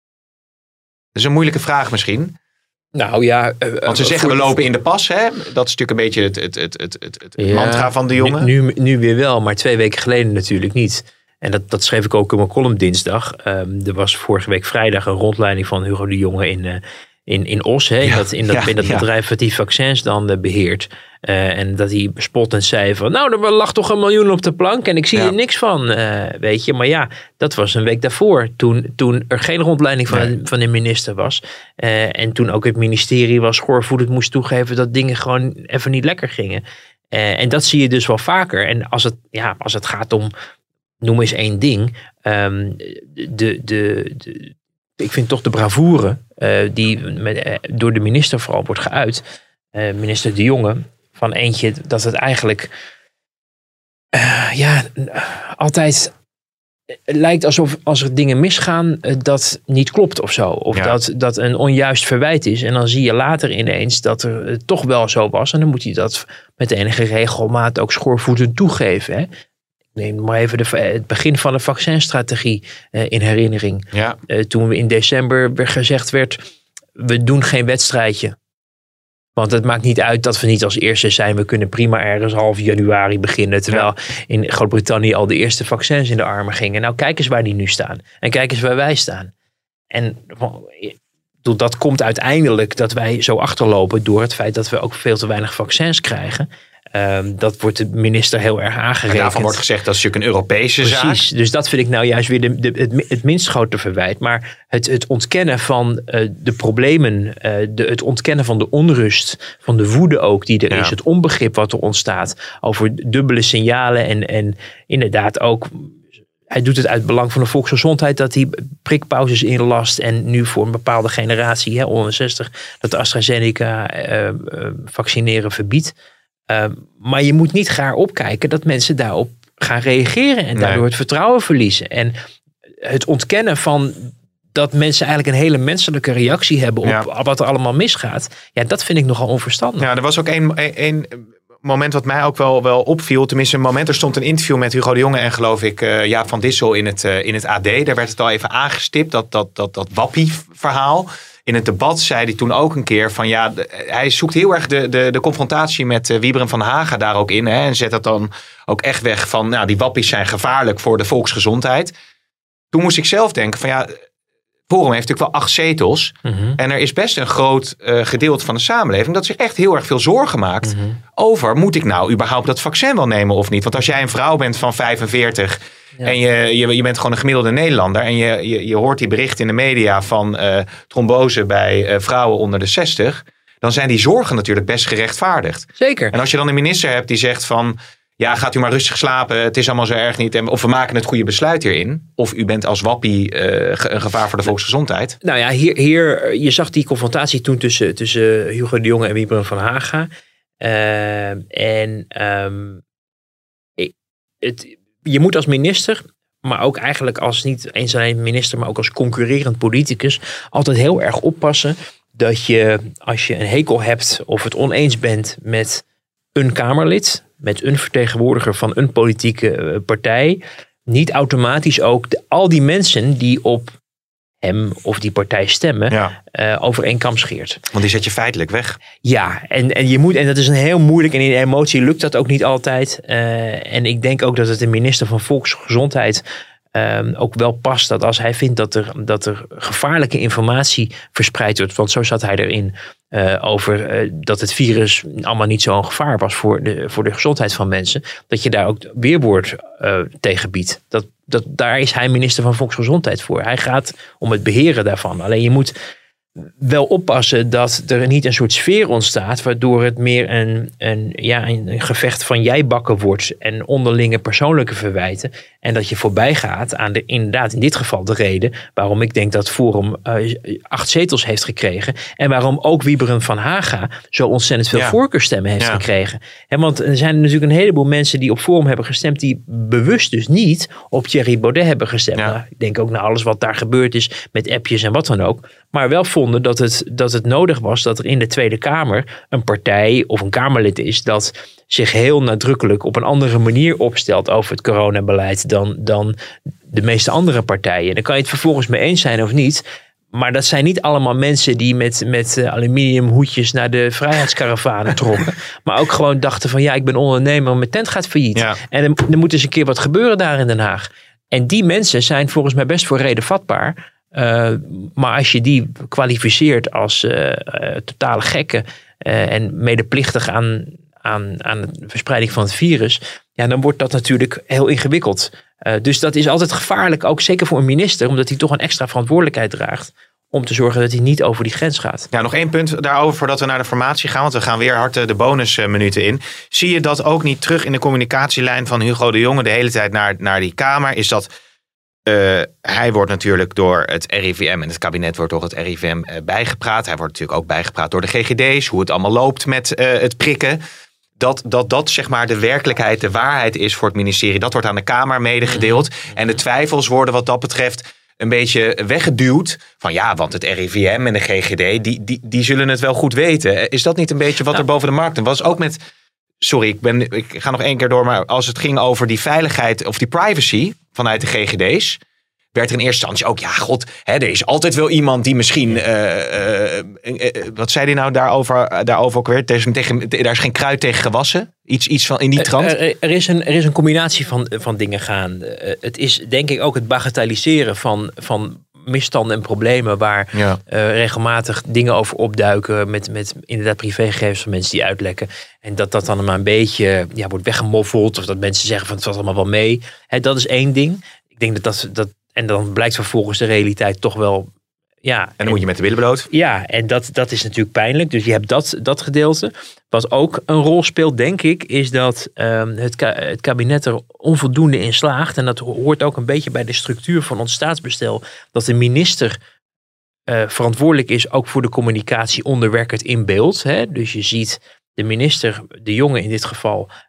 Dat is een moeilijke vraag misschien. Nou ja. Uh, Want ze uh, zeggen we lopen in de pas. Hè? Dat is natuurlijk een beetje het, het, het, het, het, het ja, mantra van de jongen. Nu, nu, nu weer wel, maar twee weken geleden natuurlijk niet. En dat, dat schreef ik ook in mijn column dinsdag. Um, er was vorige week vrijdag een rondleiding van Hugo de Jonge in, uh, in, in Os. Hè? Ja, in dat, in dat, ja, in dat ja. bedrijf wat die vaccins dan uh, beheert. Uh, en dat hij bespottend zei van, nou, er lag toch een miljoen op de plank en ik zie ja. er niks van, uh, weet je. Maar ja, dat was een week daarvoor, toen, toen er geen rondleiding van, nee. van de minister was. Uh, en toen ook het ministerie was schoorvoetend moest toegeven dat dingen gewoon even niet lekker gingen. Uh, en dat zie je dus wel vaker. En als het, ja, als het gaat om, noem eens één ding, um, de, de, de, ik vind toch de bravoure uh, die met, uh, door de minister vooral wordt geuit, uh, minister De Jonge, van eentje dat het eigenlijk uh, ja, altijd lijkt alsof als er dingen misgaan uh, dat niet klopt of zo. Of ja. dat, dat een onjuist verwijt is. En dan zie je later ineens dat er uh, toch wel zo was. En dan moet hij dat met enige regelmaat ook schoorvoetend toegeven. Hè? Neem maar even de, het begin van de vaccinstrategie uh, in herinnering. Ja. Uh, toen we in december gezegd werd, we doen geen wedstrijdje. Want het maakt niet uit dat we niet als eerste zijn. We kunnen prima ergens half januari beginnen. Terwijl ja. in Groot-Brittannië al de eerste vaccins in de armen gingen. Nou, kijk eens waar die nu staan. En kijk eens waar wij staan. En dat komt uiteindelijk dat wij zo achterlopen door het feit dat we ook veel te weinig vaccins krijgen. Um, dat wordt de minister heel erg aangerekend. En daarvan wordt gezegd dat is natuurlijk een Europese Precies, zaak. Precies, dus dat vind ik nou juist weer de, de, het, het minst grote verwijt. Maar het, het ontkennen van uh, de problemen, uh, de, het ontkennen van de onrust, van de woede ook die er ja. is, het onbegrip wat er ontstaat over dubbele signalen en, en inderdaad ook, hij doet het uit belang van de volksgezondheid dat hij prikpauzes inlast en nu voor een bepaalde generatie, hè, onder zestig, dat de AstraZeneca uh, uh, vaccineren verbiedt. Uh, maar je moet niet gaar opkijken dat mensen daarop gaan reageren en daardoor nee. het vertrouwen verliezen. En het ontkennen van dat mensen eigenlijk een hele menselijke reactie hebben op ja. wat er allemaal misgaat. Ja, dat vind ik nogal onverstandig. Ja, er was ook één... één moment wat mij ook wel, wel opviel. Tenminste, een moment, er stond een interview met Hugo de Jonge en geloof ik uh, Jaap van Dissel in het, uh, in het A D. Daar werd het al even aangestipt, dat, dat, dat, dat wappie-verhaal. In het debat zei hij toen ook een keer van ja, de, hij zoekt heel erg de, de, de confrontatie met uh, Wieberen van Haga daar ook in. Hè, en zet dat dan ook echt weg van, nou, die wappies zijn gevaarlijk voor de volksgezondheid. Toen moest ik zelf denken van ja, Forum heeft natuurlijk wel acht zetels. Mm-hmm. En er is best een groot uh, gedeelte van de samenleving dat zich echt heel erg veel zorgen maakt mm-hmm. over, moet ik nou überhaupt dat vaccin wel nemen of niet? Want als jij een vrouw bent van vijfenveertig ja. en je, je, je bent gewoon een gemiddelde Nederlander en je, je, je hoort die berichten in de media van uh, trombose bij uh, vrouwen onder de zestig, dan zijn die zorgen natuurlijk best gerechtvaardigd. Zeker. En als je dan een minister hebt die zegt van, ja, gaat u maar rustig slapen, het is allemaal zo erg niet. Of we maken het goede besluit hierin. Of u bent als wappie uh, een gevaar voor de volksgezondheid. Nou ja, hier, hier, je zag die confrontatie toen tussen, tussen Hugo de Jonge en Wieberen van Haga. Uh, en um, het, je moet als minister, maar ook eigenlijk als niet eens alleen minister, maar ook als concurrerend politicus, altijd heel erg oppassen dat je, als je een hekel hebt of het oneens bent met een Kamerlid, met een vertegenwoordiger van een politieke partij, niet automatisch ook de, al die mensen die op hem of die partij stemmen, ja. uh, over één kam scheert. Want die zet je feitelijk weg. Ja, en, en je moet, en dat is een heel moeilijk, en in emotie lukt dat ook niet altijd. Uh, en ik denk ook dat het de minister van Volksgezondheid Um, ook wel past dat als hij vindt dat er, dat er gevaarlijke informatie verspreid wordt, want zo zat hij erin, uh, over uh, dat het virus allemaal niet zo'n gevaar was voor de, voor de gezondheid van mensen, dat je daar ook weerwoord uh, tegen biedt. Dat, dat, daar is hij minister van Volksgezondheid voor. Hij gaat om het beheren daarvan. Alleen je moet wel oppassen dat er niet een soort sfeer ontstaat waardoor het meer een, een, ja, een gevecht van jijbakken wordt en onderlinge persoonlijke verwijten. En dat je voorbij gaat aan de, inderdaad in dit geval de reden waarom ik denk dat Forum uh, acht zetels heeft gekregen. En waarom ook Wieberen van Haga zo ontzettend veel ja. voorkeurstemmen heeft ja. gekregen. He, want er zijn natuurlijk een heleboel mensen die op Forum hebben gestemd die bewust dus niet op Thierry Baudet hebben gestemd. Ja. Nou, ik denk ook naar alles wat daar gebeurd is met appjes en wat dan ook. Maar wel vonden dat het, dat het nodig was dat er in de Tweede Kamer een partij of een Kamerlid is dat zich heel nadrukkelijk op een andere manier opstelt over het coronabeleid dan, dan de meeste andere partijen. Daar kan je het vervolgens mee eens zijn of niet. Maar dat zijn niet allemaal mensen die met, met uh, aluminium hoedjes naar de vrijheidskaravanen trokken. Maar ook gewoon dachten van ja, ik ben ondernemer, mijn tent gaat failliet. Ja. En er, er moet eens een keer wat gebeuren daar in Den Haag. En die mensen zijn volgens mij best voor reden vatbaar. Uh, maar als je die kwalificeert als uh, uh, totale gekken uh, en medeplichtig aan, aan, aan de verspreiding van het virus, ja, dan wordt dat natuurlijk heel ingewikkeld. Uh, dus dat is altijd gevaarlijk, ook zeker voor een minister, omdat hij toch een extra verantwoordelijkheid draagt om te zorgen dat hij niet over die grens gaat. Ja, nog één punt daarover voordat we naar de formatie gaan, want we gaan weer hard de bonusminuten in. Zie je dat ook niet terug in de communicatielijn van Hugo de Jonge de hele tijd naar, naar die Kamer? Is dat Uh, hij wordt natuurlijk door het R I V M en het kabinet wordt door het R I V M uh, bijgepraat. Hij wordt natuurlijk ook bijgepraat door de G G D's, hoe het allemaal loopt met uh, het prikken. Dat, dat dat zeg maar de werkelijkheid, de waarheid is voor het ministerie. Dat wordt aan de Kamer medegedeeld. En de twijfels worden wat dat betreft een beetje weggeduwd. Van ja, want het R I V M en de G G D, die, die, die zullen het wel goed weten. Is dat niet een beetje wat nou, er boven de markt was? Ook met, sorry, ik, ben, ik ga nog één keer door. Maar als het ging over die veiligheid of die privacy vanuit de G G D's, werd er in eerste instantie ook, ja god, hè, er is altijd wel iemand die misschien, uh, uh, uh, wat zei hij nou daarover, uh, daarover ook weer, er is, tegen, daar is geen kruid tegen gewassen, iets, iets van in die trant. Er, er, er, is, een, er is een combinatie van, van dingen gaande. Uh, het is denk ik ook het bagatelliseren van, van misstanden en problemen waar ja. uh, regelmatig dingen over opduiken met, met inderdaad privégegevens van mensen die uitlekken. En dat dat dan maar een beetje ja, wordt weggemoffeld of dat mensen zeggen van het valt allemaal wel mee. Hè, dat is één ding. Ik denk dat dat, dat en dan blijkt vervolgens de realiteit toch wel. Ja, en dan en, moet je met de billen bloot. Ja, en dat, dat is natuurlijk pijnlijk. Dus je hebt dat, dat gedeelte. Wat ook een rol speelt, denk ik, is dat um, het, het kabinet er onvoldoende in slaagt. En dat hoort ook een beetje bij de structuur van ons staatsbestel. Dat de minister uh, verantwoordelijk is ook voor de communicatie onderwerkend in beeld. Hè? Dus je ziet de minister, de Jonge in dit geval,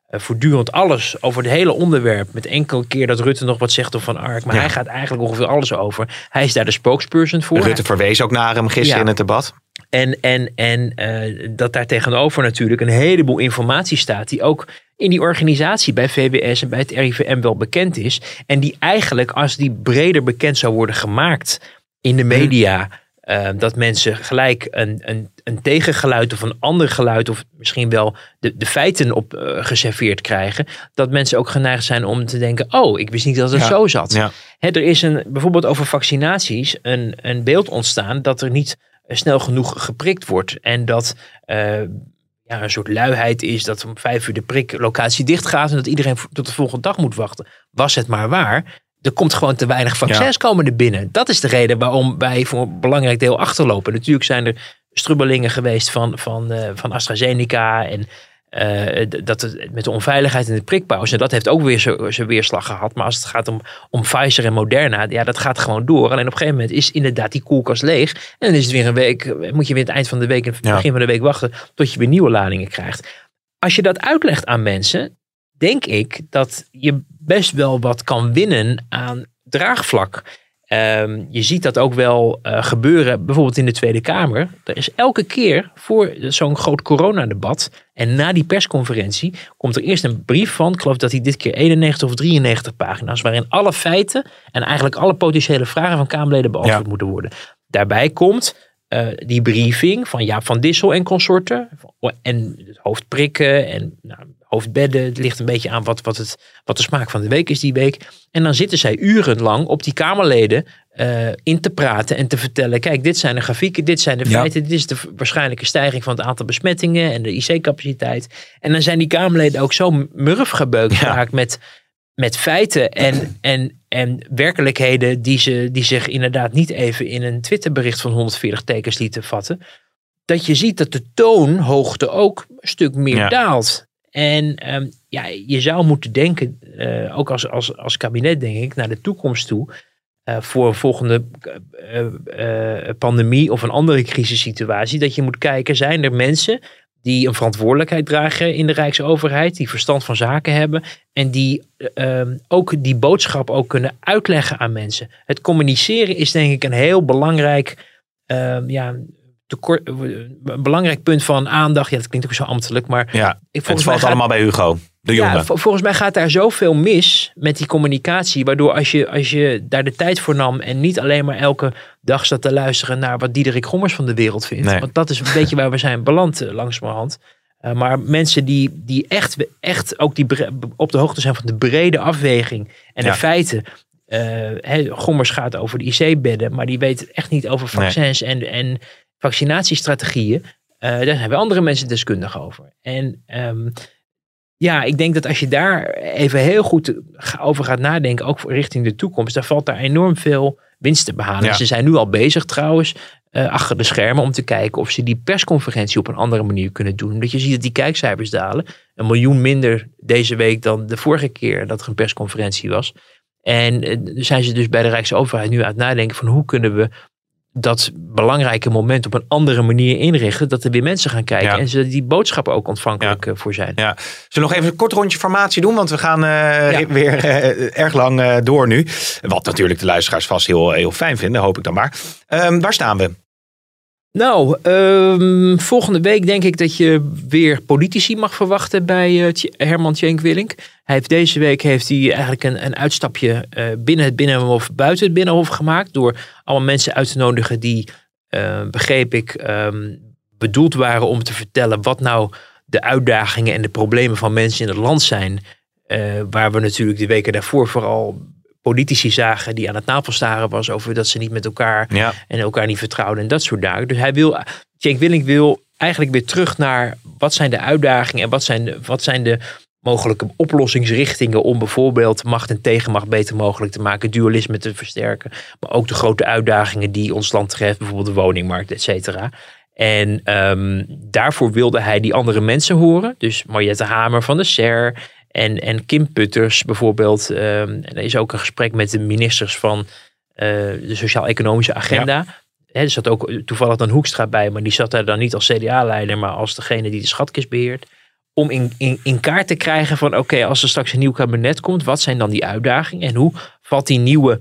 uh, voortdurend alles over het hele onderwerp. Met enkele keer dat Rutte nog wat zegt of Van Ark. Maar ja. hij gaat eigenlijk ongeveer alles over. Hij is daar de spokesperson voor. Rutte verwees ook naar hem gisteren ja. in het debat. En, en, en uh, dat daar tegenover natuurlijk een heleboel informatie staat. Die ook in die organisatie bij V W S en bij het R I V M wel bekend is. En die eigenlijk, als die breder bekend zou worden gemaakt in de media. Hmm. Uh, dat mensen gelijk een, een, een tegengeluid of een ander geluid. Of misschien wel de, de feiten op uh, geserveerd krijgen. Dat mensen ook geneigd zijn om te denken. Oh, ik wist niet dat het ja. zo zat. Ja. He, er is een, bijvoorbeeld over vaccinaties een, een beeld ontstaan. Dat er niet snel genoeg geprikt wordt. En dat uh, ja, een soort luiheid is dat om vijf uur de priklocatie dicht gaat. En dat iedereen tot de volgende dag moet wachten. Was het maar waar. Er komt gewoon te weinig vaccins ja. komen er binnen. Dat is de reden waarom wij voor een belangrijk deel achterlopen. Natuurlijk zijn er strubbelingen geweest van, van, uh, van AstraZeneca. En uh, dat het, met de onveiligheid en de prikpauze. Dat heeft ook weer zijn weerslag gehad. Maar als het gaat om, om Pfizer en Moderna. Ja, dat gaat gewoon door. Alleen op een gegeven moment is inderdaad die koelkast leeg. En dan is het weer een week. Moet je weer het eind van de week en het begin ja. van de week wachten. Tot je weer nieuwe ladingen krijgt. Als je dat uitlegt aan mensen. Denk ik dat je best wel wat kan winnen aan draagvlak. Um, je ziet dat ook wel uh, gebeuren, bijvoorbeeld in de Tweede Kamer. Er is elke keer voor zo'n groot coronadebat en na die persconferentie komt er eerst een brief van, ik geloof dat hij dit keer eenennegentig of drieënnegentig pagina's, waarin alle feiten en eigenlijk alle potentiële vragen van Kamerleden beantwoord ja. moeten worden. Daarbij komt uh, die briefing van Jaap van Dissel en consorten en het hoofd prikken en nou, hoofdbedden. Het ligt een beetje aan wat, wat, het, wat de smaak van de week is die week. En dan zitten zij urenlang op die Kamerleden uh, in te praten en te vertellen. Kijk, dit zijn de grafieken, dit zijn de feiten. Ja. Dit is de waarschijnlijke stijging van het aantal besmettingen en de I C-capaciteit. En dan zijn die Kamerleden ook zo murf gebeukt geraakt ja. met, met feiten en, en, en werkelijkheden die, ze, die zich inderdaad niet even in een Twitterbericht van honderdveertig tekens lieten vatten. Dat je ziet dat de toonhoogte ook een stuk meer ja. daalt. En um, ja, je zou moeten denken, uh, ook als, als, als kabinet denk ik, naar de toekomst toe. Uh, voor een volgende uh, uh, pandemie of een andere crisissituatie. Dat je moet kijken, zijn er mensen die een verantwoordelijkheid dragen in de Rijksoverheid. Die verstand van zaken hebben. En die uh, ook die boodschap ook kunnen uitleggen aan mensen. Het communiceren is denk ik een heel belangrijk uh, ja, tekort, een belangrijk punt van aandacht. Ja, dat klinkt ook zo ambtelijk, maar ja, ik, het valt gaat, allemaal bij Hugo, de jongen. Ja, volgens mij gaat daar zoveel mis met die communicatie, waardoor als je, als je daar de tijd voor nam en niet alleen maar elke dag zat te luisteren naar wat Diederik Gommers van de wereld vindt. Nee. Want dat is een beetje waar we zijn beland uh, langzamerhand. Uh, maar mensen die, die echt, echt ook die bre- op de hoogte zijn van de brede afweging en ja. de feiten. Uh, he, Gommers gaat over de I C-bedden, maar die weet echt niet over vaccins nee. en, en vaccinatiestrategieën. Uh, daar zijn we andere mensen deskundig over. En um, ja, ik denk dat als je daar even heel goed over gaat nadenken, ook richting de toekomst, dan valt daar enorm veel winst te behalen. Ja. Ze zijn nu al bezig trouwens, uh, achter de schermen, om te kijken of ze die persconferentie op een andere manier kunnen doen. Omdat je ziet dat die kijkcijfers dalen. Een miljoen minder deze week dan de vorige keer dat er een persconferentie was. En uh, zijn ze dus bij de Rijksoverheid nu aan het nadenken van hoe kunnen we dat belangrijke moment op een andere manier inrichten, dat er weer mensen gaan kijken ja. en ze die boodschappen ook ontvankelijk ja. voor zijn. Ja. Zullen we nog even een kort rondje formatie doen, want we gaan uh, ja. weer uh, erg lang uh, door nu. Wat natuurlijk de luisteraars vast heel, heel fijn vinden, hoop ik dan maar. Um, waar staan we? Nou, um, volgende week denk ik dat je weer politici mag verwachten bij uh, Herman Tjenk Willink. Hij heeft deze week heeft hij eigenlijk een, een uitstapje uh, binnen het Binnenhof, buiten het Binnenhof gemaakt. Door allemaal mensen uit te nodigen die, uh, begreep ik, um, bedoeld waren om te vertellen wat nou de uitdagingen en de problemen van mensen in het land zijn. Uh, waar we natuurlijk de weken daarvoor vooral politici zagen die aan het navelstaren was over dat ze niet met elkaar ja. en elkaar niet vertrouwden en dat soort dingen. Dus hij wil, Tjenk Willink wil eigenlijk weer terug naar wat zijn de uitdagingen en wat zijn de, wat zijn de mogelijke oplossingsrichtingen om bijvoorbeeld macht en tegenmacht beter mogelijk te maken, dualisme te versterken, maar ook de grote uitdagingen die ons land treft, bijvoorbeeld de woningmarkt, et cetera. En um, daarvoor wilde hij die andere mensen horen, dus Mariette Hamer van de S E R en, en Kim Putters bijvoorbeeld. Um, en er is ook een gesprek met de ministers van uh, de Sociaal-Economische Agenda. Ja. He, er zat ook toevallig dan Hoekstra bij, maar die zat daar dan niet als C D A-leider, maar als degene die de schatkist beheert. om in, in, in kaart te krijgen van oké, okay, als er straks een nieuw kabinet komt, wat zijn dan die uitdagingen en hoe valt die nieuwe,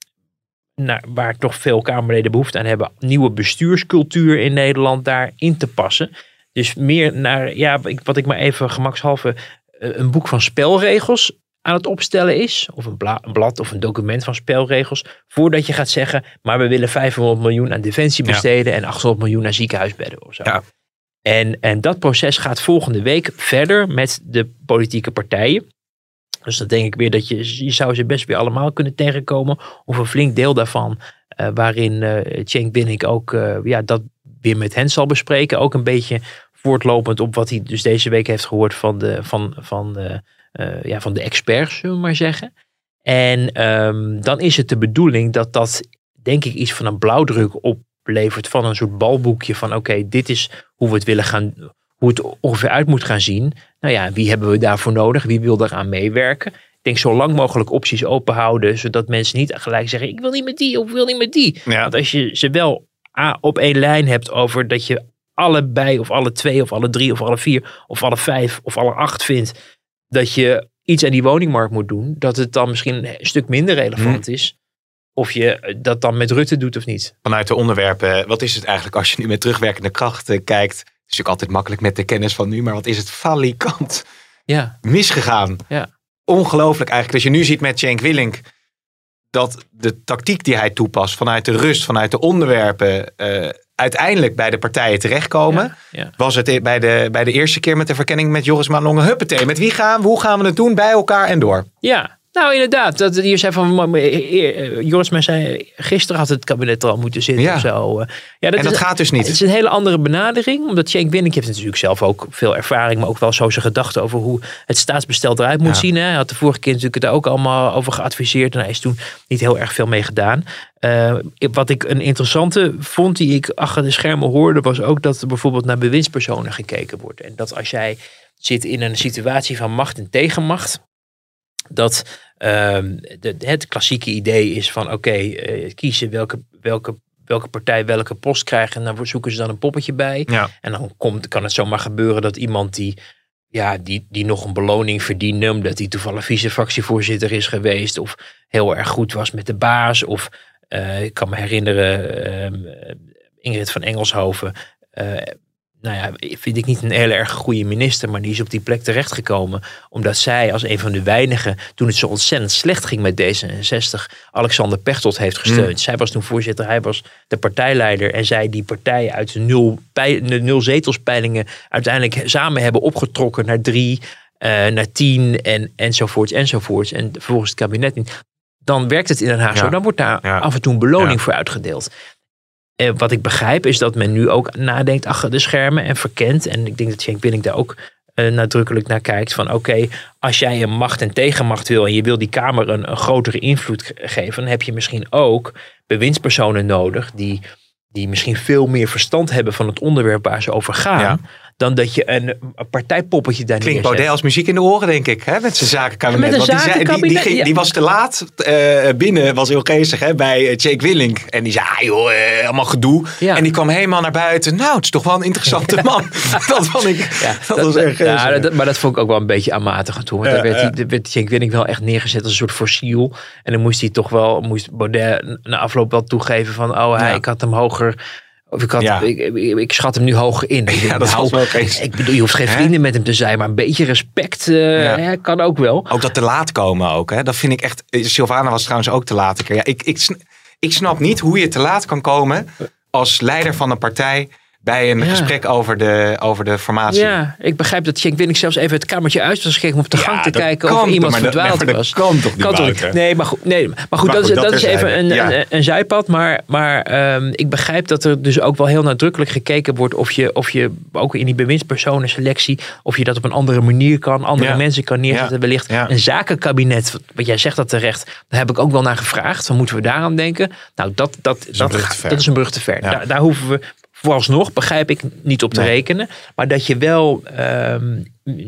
nou, waar toch veel Kamerleden behoefte aan hebben, nieuwe bestuurscultuur in Nederland daarin te passen. Dus meer naar, ja, wat ik maar even gemakshalve een boek van spelregels aan het opstellen is, of een, bla, een blad of een document van spelregels, voordat je gaat zeggen, maar we willen vijfhonderd miljoen aan defensie besteden ja. en achthonderd miljoen aan ziekenhuisbedden of zo. Ja. En, en dat proces gaat volgende week verder met de politieke partijen. Dus dan denk ik weer dat je, je zou ze best weer allemaal kunnen tegenkomen, of een flink deel daarvan, uh, waarin uh, Cenk Willink ook uh, ja, dat weer met hen zal bespreken. Ook een beetje voortlopend op wat hij dus deze week heeft gehoord van de, van, van de, uh, ja, van de experts, zullen we maar zeggen. En um, dan is het de bedoeling dat dat, denk ik, iets van een blauwdruk oplevert van een soort balboekje van oké, okay, dit is hoe we het willen gaan, hoe het ongeveer uit moet gaan zien. Nou ja, wie hebben we daarvoor nodig? Wie wil daaraan meewerken? Ik denk zo lang mogelijk opties open houden, zodat mensen niet gelijk zeggen, ik wil niet met die of ik wil niet met die. Ja. Want als je ze wel A, op één lijn hebt over dat je allebei of alle twee of alle drie of alle vier of alle vijf of alle acht vindt dat je iets aan die woningmarkt moet doen, dat het dan misschien een stuk minder relevant hmm. is of je dat dan met Rutte doet of niet. Vanuit de onderwerpen, wat is het eigenlijk als je nu met terugwerkende kracht kijkt? Het is natuurlijk altijd makkelijk met de kennis van nu, maar wat is het falikant ja. misgegaan? Ja. Ongelooflijk eigenlijk. Als je nu ziet met Cenk Willink, dat de tactiek die hij toepast vanuit de rust, vanuit de onderwerpen, uh, uiteindelijk bij de partijen terechtkomen. Ja, ja. Was het bij de, bij de eerste keer met de verkenning met Joris Maanlonge, huppatee, met wie gaan we, hoe gaan we het doen, bij elkaar en door. Ja, nou inderdaad. Dat, je zei van, Joris mij zei, gisteren had het kabinet er al moeten zitten ja. of zo. Ja, dat en dat is, gaat dus niet. Het is een hele andere benadering, omdat Cenk Willink heeft natuurlijk zelf ook veel ervaring, maar ook wel zo zijn gedachten over hoe het staatsbestel eruit moet ja. zien. Hè. Hij had de vorige keer natuurlijk het ook allemaal over geadviseerd en hij is toen niet heel erg veel mee gedaan. Uh, wat ik een interessante vond die ik achter de schermen hoorde, was ook dat er bijvoorbeeld naar bewindspersonen gekeken wordt. En dat als jij zit in een situatie van macht en tegenmacht, dat uh, de, het klassieke idee is van oké, okay, uh, kiezen welke, welke, welke partij welke post krijgt en dan zoeken ze dan een poppetje bij. Ja. En dan komt, kan het zomaar gebeuren dat iemand die, ja, die, die nog een beloning verdiende, omdat hij toevallig vice-fractievoorzitter is geweest of heel erg goed was met de baas. Of uh, ik kan me herinneren, uh, Ingrid van Engelshoven, uh, nou ja, vind ik niet een hele erg goede minister, maar die is op die plek terechtgekomen omdat zij als een van de weinigen, toen het zo ontzettend slecht ging met D zesenzestig, Alexander Pechtold heeft gesteund. Mm. Zij was toen voorzitter, hij was de partijleider en zij die partij uit de nul, de nul zetelspeilingen uiteindelijk samen hebben opgetrokken naar drie, uh, naar tien en, enzovoorts enzovoorts en vervolgens het kabinet niet. Dan werkt het in Den Haag ja. zo, dan wordt daar ja. af en toe een beloning ja. voor uitgedeeld. Eh, wat ik begrijp is dat men nu ook nadenkt achter de schermen en verkent. En ik denk dat Cenk Willink daar ook uh, nadrukkelijk naar kijkt. Van oké, okay, als jij een macht en tegenmacht wil en je wil die Kamer een, een grotere invloed ge- geven. Dan heb je misschien ook bewindspersonen nodig die, die misschien veel meer verstand hebben van het onderwerp waar ze over gaan. Ja. Dan dat je een, een partijpoppetje daar neerzet. Klinkt Baudet als muziek in de oren, denk ik. Hè? Met zijn zakenkabinet. Met Want zakenkabinet, die, die, die, die was te laat uh, binnen, was heel geestig hè, bij uh, Cenk Willink. En die zei, ah, joh, uh, allemaal gedoe. Ja. En die kwam helemaal naar buiten. Nou, het is toch wel een interessante man. dat vond ik. Ja, dat, dat was echt geestig. Ja, dat, maar dat vond ik ook wel een beetje aanmatigend toen. Want uh, daar werd, uh, werd Cenk Willink wel echt neergezet als een soort fossiel. En dan moest hij toch wel, moest Baudet na afloop wel toegeven van, oh, hij, ja. ik had hem hoger. Of ik, had, ja. ik, ik, ik schat hem nu hoger in. Ik, ja, dat nou, wel ik bedoel, je hoeft geen vrienden He? met hem te zijn, maar een beetje respect uh, ja. hè, kan ook wel. Ook dat te laat komen ook. Hè? Dat vind ik echt. Sylvana was trouwens ook te laat. Ja, ik, ik, ik snap niet hoe je te laat kan komen als leider van een partij bij een ja. gesprek over de, over de formatie. Ja, ik begrijp dat Cenk Willink zelfs even het kamertje uit was gegaan om op de ja, gang te kijken of iemand verdwaald dat, was. Dat kan toch niet, kan toch, Nee, maar goed, nee, maar goed, maar dat, goed, is, dat is even een, ja. een, een zijpad. Maar, maar um, ik begrijp dat er dus ook wel heel nadrukkelijk gekeken wordt of je, of je ook in die bewindspersonenselectie, of je dat op een andere manier kan, andere ja. mensen kan neerzetten. Ja. Wellicht ja. een zakenkabinet, wat jij zegt dat terecht, daar heb ik ook wel naar gevraagd. Dan moeten we daaraan denken. Nou, dat, dat, dat, dat, gaat, dat is een brug te ver. Ja. Daar, daar hoeven we vooralsnog, begrijp ik, niet op te nee. rekenen. Maar dat je wel um,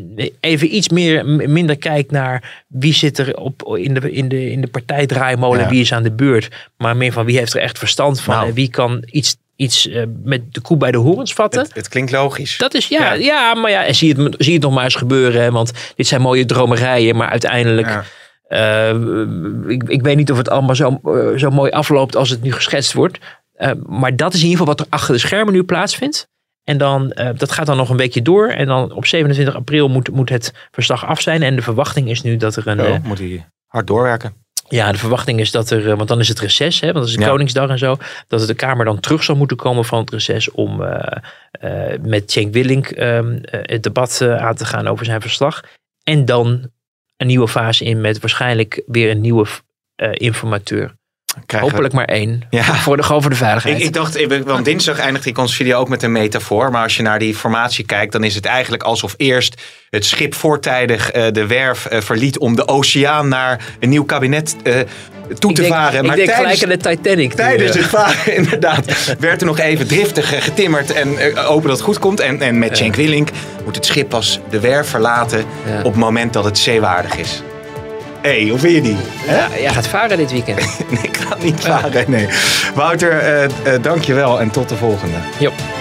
even iets meer, minder kijkt naar wie zit er op, in, de, in, de, in de partijdraaimolen, ja. wie is aan de beurt. Maar meer van wie heeft er echt verstand van. Nou. En wie kan iets iets uh, met de koe bij de horens vatten. Het, het klinkt logisch. Dat is, ja, ja. ja. ja maar ja, en zie het, zie het nog maar eens gebeuren. Hè, want dit zijn mooie dromerijen, maar uiteindelijk... Ja. Uh, ik, ik weet niet of het allemaal zo, uh, zo mooi afloopt als het nu geschetst wordt. Uh, maar dat is in ieder geval wat er achter de schermen nu plaatsvindt. En dan, uh, dat gaat dan nog een weekje door. En dan op zevenentwintig april moet, moet het verslag af zijn. En de verwachting is nu dat er een... Oh, uh, moet hij hard doorwerken. Ja, de verwachting is dat er... Want dan is het reces, hè, want dat is de ja. Koningsdag en zo. Dat de Kamer dan terug zal moeten komen van het reces... om uh, uh, met Cenk Willink uh, het debat uh, aan te gaan over zijn verslag. En dan een nieuwe fase in met waarschijnlijk weer een nieuwe uh, informateur. Krijgen Hopelijk we... maar één. Ja. Voor de, gewoon voor de veiligheid. Ik, ik dacht, want dinsdag eindigt ik ons video ook met een metafoor. Maar als je naar die formatie kijkt, dan is het eigenlijk alsof eerst het schip voortijdig uh, de werf uh, verliet om de oceaan naar een nieuw kabinet uh, toe ik te denk, varen. Ik maar denk tijdens, gelijk aan de Titanic. Tijdens die, het varen, inderdaad, werd er nog even driftig getimmerd en uh, hopen dat het goed komt. En, en met Cenk Willink moet het schip pas de werf verlaten ja. op het moment dat het zeewaardig is. Hé, hey, hoe vind je die? Ja, jij gaat varen dit weekend. Nee, ik ga niet varen, nee. Wouter, uh, uh, dank je wel en tot de volgende. Jo.